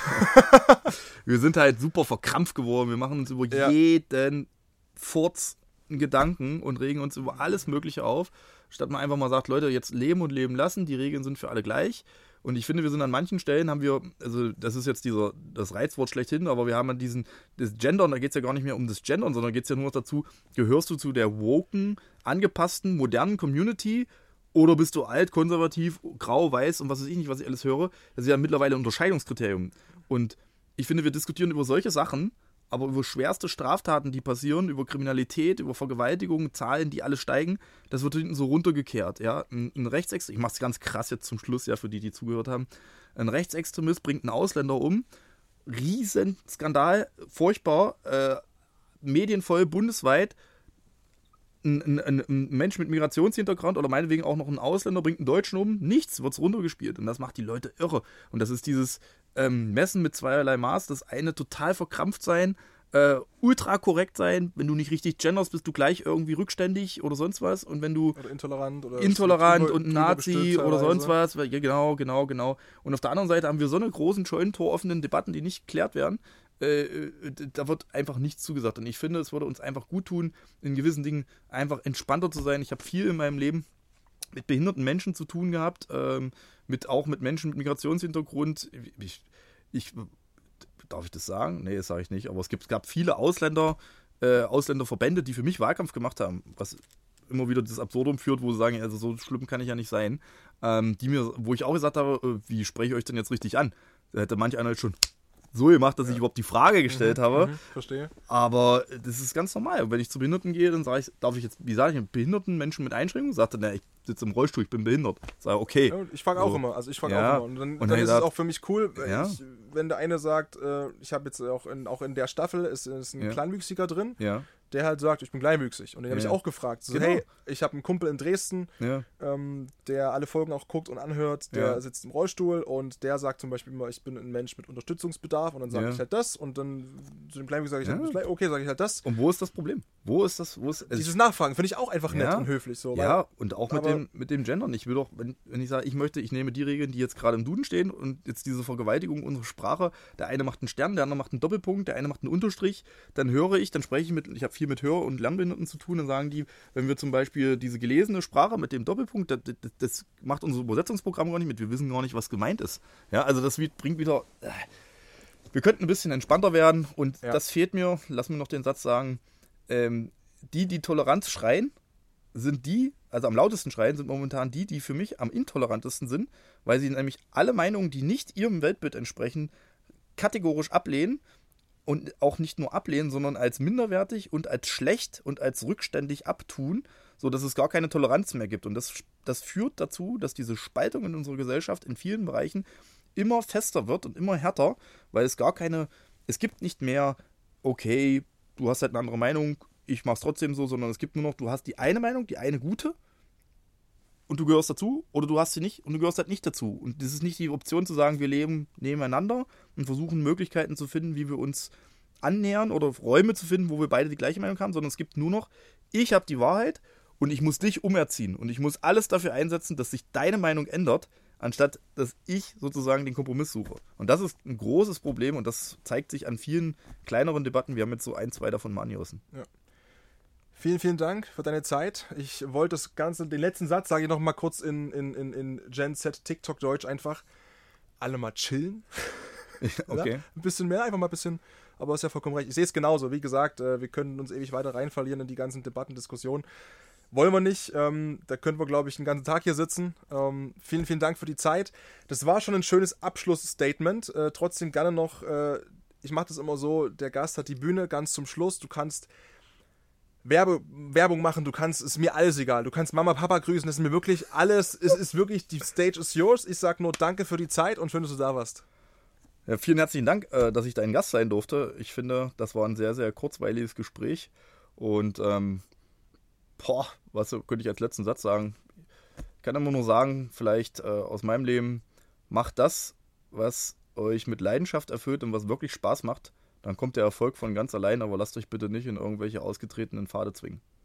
wir sind halt super verkrampft geworden. Wir machen uns über Ja. jeden Furz einen Gedanken und regen uns über alles Mögliche auf, statt man einfach mal sagt, Leute, jetzt leben und leben lassen, die Regeln sind für alle gleich. Und ich finde, wir sind an manchen Stellen, haben wir, also das ist jetzt dieser, das Reizwort schlechthin, aber wir haben ja diesen, das Gendern, da geht es ja gar nicht mehr um das Gendern, sondern geht es ja nur noch dazu, gehörst du zu der woken, angepassten, modernen Community oder bist du alt, konservativ, grau, weiß und was weiß ich nicht, was ich alles höre. Das ist ja mittlerweile ein Unterscheidungskriterium. Und ich finde, wir diskutieren über solche Sachen, aber über schwerste Straftaten, die passieren, über Kriminalität, über Vergewaltigungen, Zahlen, die alle steigen, das wird hinten so runtergekehrt, ja. Ein, ein Rechtsextremist, ich mach's ganz krass jetzt zum Schluss, ja, für die, die zugehört haben, ein Rechtsextremist bringt einen Ausländer um, Riesenskandal, furchtbar, äh, medienvoll, bundesweit, ein, ein, ein Mensch mit Migrationshintergrund oder meinetwegen auch noch ein Ausländer bringt einen Deutschen um, nichts, wird's runtergespielt und das macht die Leute irre. Und das ist dieses ähm, Messen mit zweierlei Maß, das eine total verkrampft sein, äh, ultra korrekt sein, wenn du nicht richtig genderst, bist du gleich irgendwie rückständig oder sonst was und wenn du Oder intolerant. Oder intolerant drüber- und ein drüber Nazi bestülpt oder sonst teilweise. was, ja genau, genau, genau. Und auf der anderen Seite haben wir so eine großen scheunentoroffenen Debatten, die nicht geklärt werden. Äh, da wird einfach nichts zugesagt. Und ich finde, es würde uns einfach gut tun, in gewissen Dingen einfach entspannter zu sein. Ich habe viel in meinem Leben mit behinderten Menschen zu tun gehabt, ähm, mit, auch mit Menschen mit Migrationshintergrund. Ich, ich, darf ich das sagen? Nee, das sage ich nicht. Aber es, gibt, es gab viele Ausländer, äh, Ausländerverbände, die für mich Wahlkampf gemacht haben, was immer wieder das Absurdum führt, wo sie sagen, also so schlimm kann ich ja nicht sein. Ähm, die mir, wo ich auch gesagt habe, äh, wie spreche ich euch denn jetzt richtig an? Da hätte manch einer jetzt schon so gemacht, dass ja. ich überhaupt die Frage gestellt mhm, habe. Mhm, verstehe. Aber das ist ganz normal. Und wenn ich zu Behinderten gehe, dann sage ich, darf ich jetzt, wie sage ich, Behinderten, Menschen mit Einschränkungen? Sagt er, ich sitze im Rollstuhl, ich bin behindert. Sage okay. Ja, ich frage auch so. immer, also ich frage ja. auch immer. Und dann, und dann ist sagt, es auch für mich cool, ja. ich, wenn der eine sagt, äh, ich habe jetzt auch in, auch in der Staffel ist, ist ein ja. Kleinwüchsiger drin, ja. der halt sagt, ich bin kleinwüchsig. Und den habe ja. ich auch gefragt. So, genau. hey, ich habe einen Kumpel in Dresden, ja. ähm, der alle Folgen auch guckt und anhört, der ja. sitzt im Rollstuhl und der sagt zum Beispiel immer, ich bin ein Mensch mit Unterstützungsbedarf und dann sage ja. ich halt das und dann zu dem Kleinwüchsigen sage ich ja. halt, okay, sage ich halt das. Und wo ist das Problem? Wo ist das? Wo ist, also Dieses Nachfragen finde ich auch einfach nett ja. und höflich. So, ja, weil, und auch mit dem, mit dem Gendern. Ich will doch, wenn, wenn ich sage, ich möchte, ich nehme die Regeln, die jetzt gerade im Duden stehen und jetzt diese Vergewaltigung unserer Sprache, der eine macht einen Stern, der andere macht einen Doppelpunkt, der eine macht einen Unterstrich, dann höre ich, dann spreche ich mit, ich habe viel mit Hör- und Lernbehinderten zu tun, dann sagen die, wenn wir zum Beispiel diese gelesene Sprache mit dem Doppelpunkt, das, das, das macht unser Übersetzungsprogramm gar nicht mit, wir wissen gar nicht, was gemeint ist. Ja, also das bringt wieder, äh, wir könnten ein bisschen entspannter werden und ja. das fehlt mir, lass mir noch den Satz sagen, ähm, die, die Toleranz schreien, sind die, also am lautesten schreien, sind momentan die, die für mich am intolerantesten sind, weil sie nämlich alle Meinungen, die nicht ihrem Weltbild entsprechen, kategorisch ablehnen und auch nicht nur ablehnen, sondern als minderwertig und als schlecht und als rückständig abtun, sodass es gar keine Toleranz mehr gibt. Und das, das führt dazu, dass diese Spaltung in unserer Gesellschaft in vielen Bereichen immer fester wird und immer härter, weil es gar keine, es gibt nicht mehr, okay, du hast halt eine andere Meinung, ich mach's trotzdem so, sondern es gibt nur noch, du hast die eine Meinung, die eine gute und du gehörst dazu oder du hast sie nicht und du gehörst halt nicht dazu. Und das ist nicht die Option zu sagen, wir leben nebeneinander und versuchen Möglichkeiten zu finden, wie wir uns annähern oder Räume zu finden, wo wir beide die gleiche Meinung haben, sondern es gibt nur noch, ich habe die Wahrheit und ich muss dich umerziehen und ich muss alles dafür einsetzen, dass sich deine Meinung ändert, anstatt dass ich sozusagen den Kompromiss suche. Und das ist ein großes Problem und das zeigt sich an vielen kleineren Debatten. Wir haben jetzt so ein, zwei davon mal angerissen. Ja. Vielen, vielen Dank für deine Zeit. Ich wollte das Ganze, den letzten Satz sage ich noch mal kurz in, in, in, in Gen Z TikTok Deutsch einfach. Alle mal chillen. Okay. Ja? Ein bisschen mehr, einfach mal ein bisschen, aber ist ja vollkommen recht. Ich sehe es genauso. Wie gesagt, wir können uns ewig weiter rein verlieren in die ganzen Debatten, Diskussionen. Wollen wir nicht. Ähm, da können wir, glaube ich, den ganzen Tag hier sitzen. Ähm, vielen, vielen Dank für die Zeit. Das war schon ein schönes Abschlussstatement. Äh, trotzdem gerne noch, äh, ich mache das immer so, der Gast hat die Bühne ganz zum Schluss. Du kannst Werbe, Werbung machen, du kannst, ist mir alles egal. Du kannst Mama, Papa grüßen, das ist mir wirklich alles, es ist wirklich, die Stage is yours. Ich sag nur danke für die Zeit und schön, dass du da warst. Ja, vielen herzlichen Dank, äh, dass ich dein Gast sein durfte. Ich finde, das war ein sehr, sehr kurzweiliges Gespräch und ähm, boah, was könnte ich als letzten Satz sagen? Ich kann immer nur sagen, vielleicht äh, aus meinem Leben, macht das, was euch mit Leidenschaft erfüllt und was wirklich Spaß macht. Dann kommt der Erfolg von ganz allein, aber lasst euch bitte nicht in irgendwelche ausgetretenen Pfade zwingen.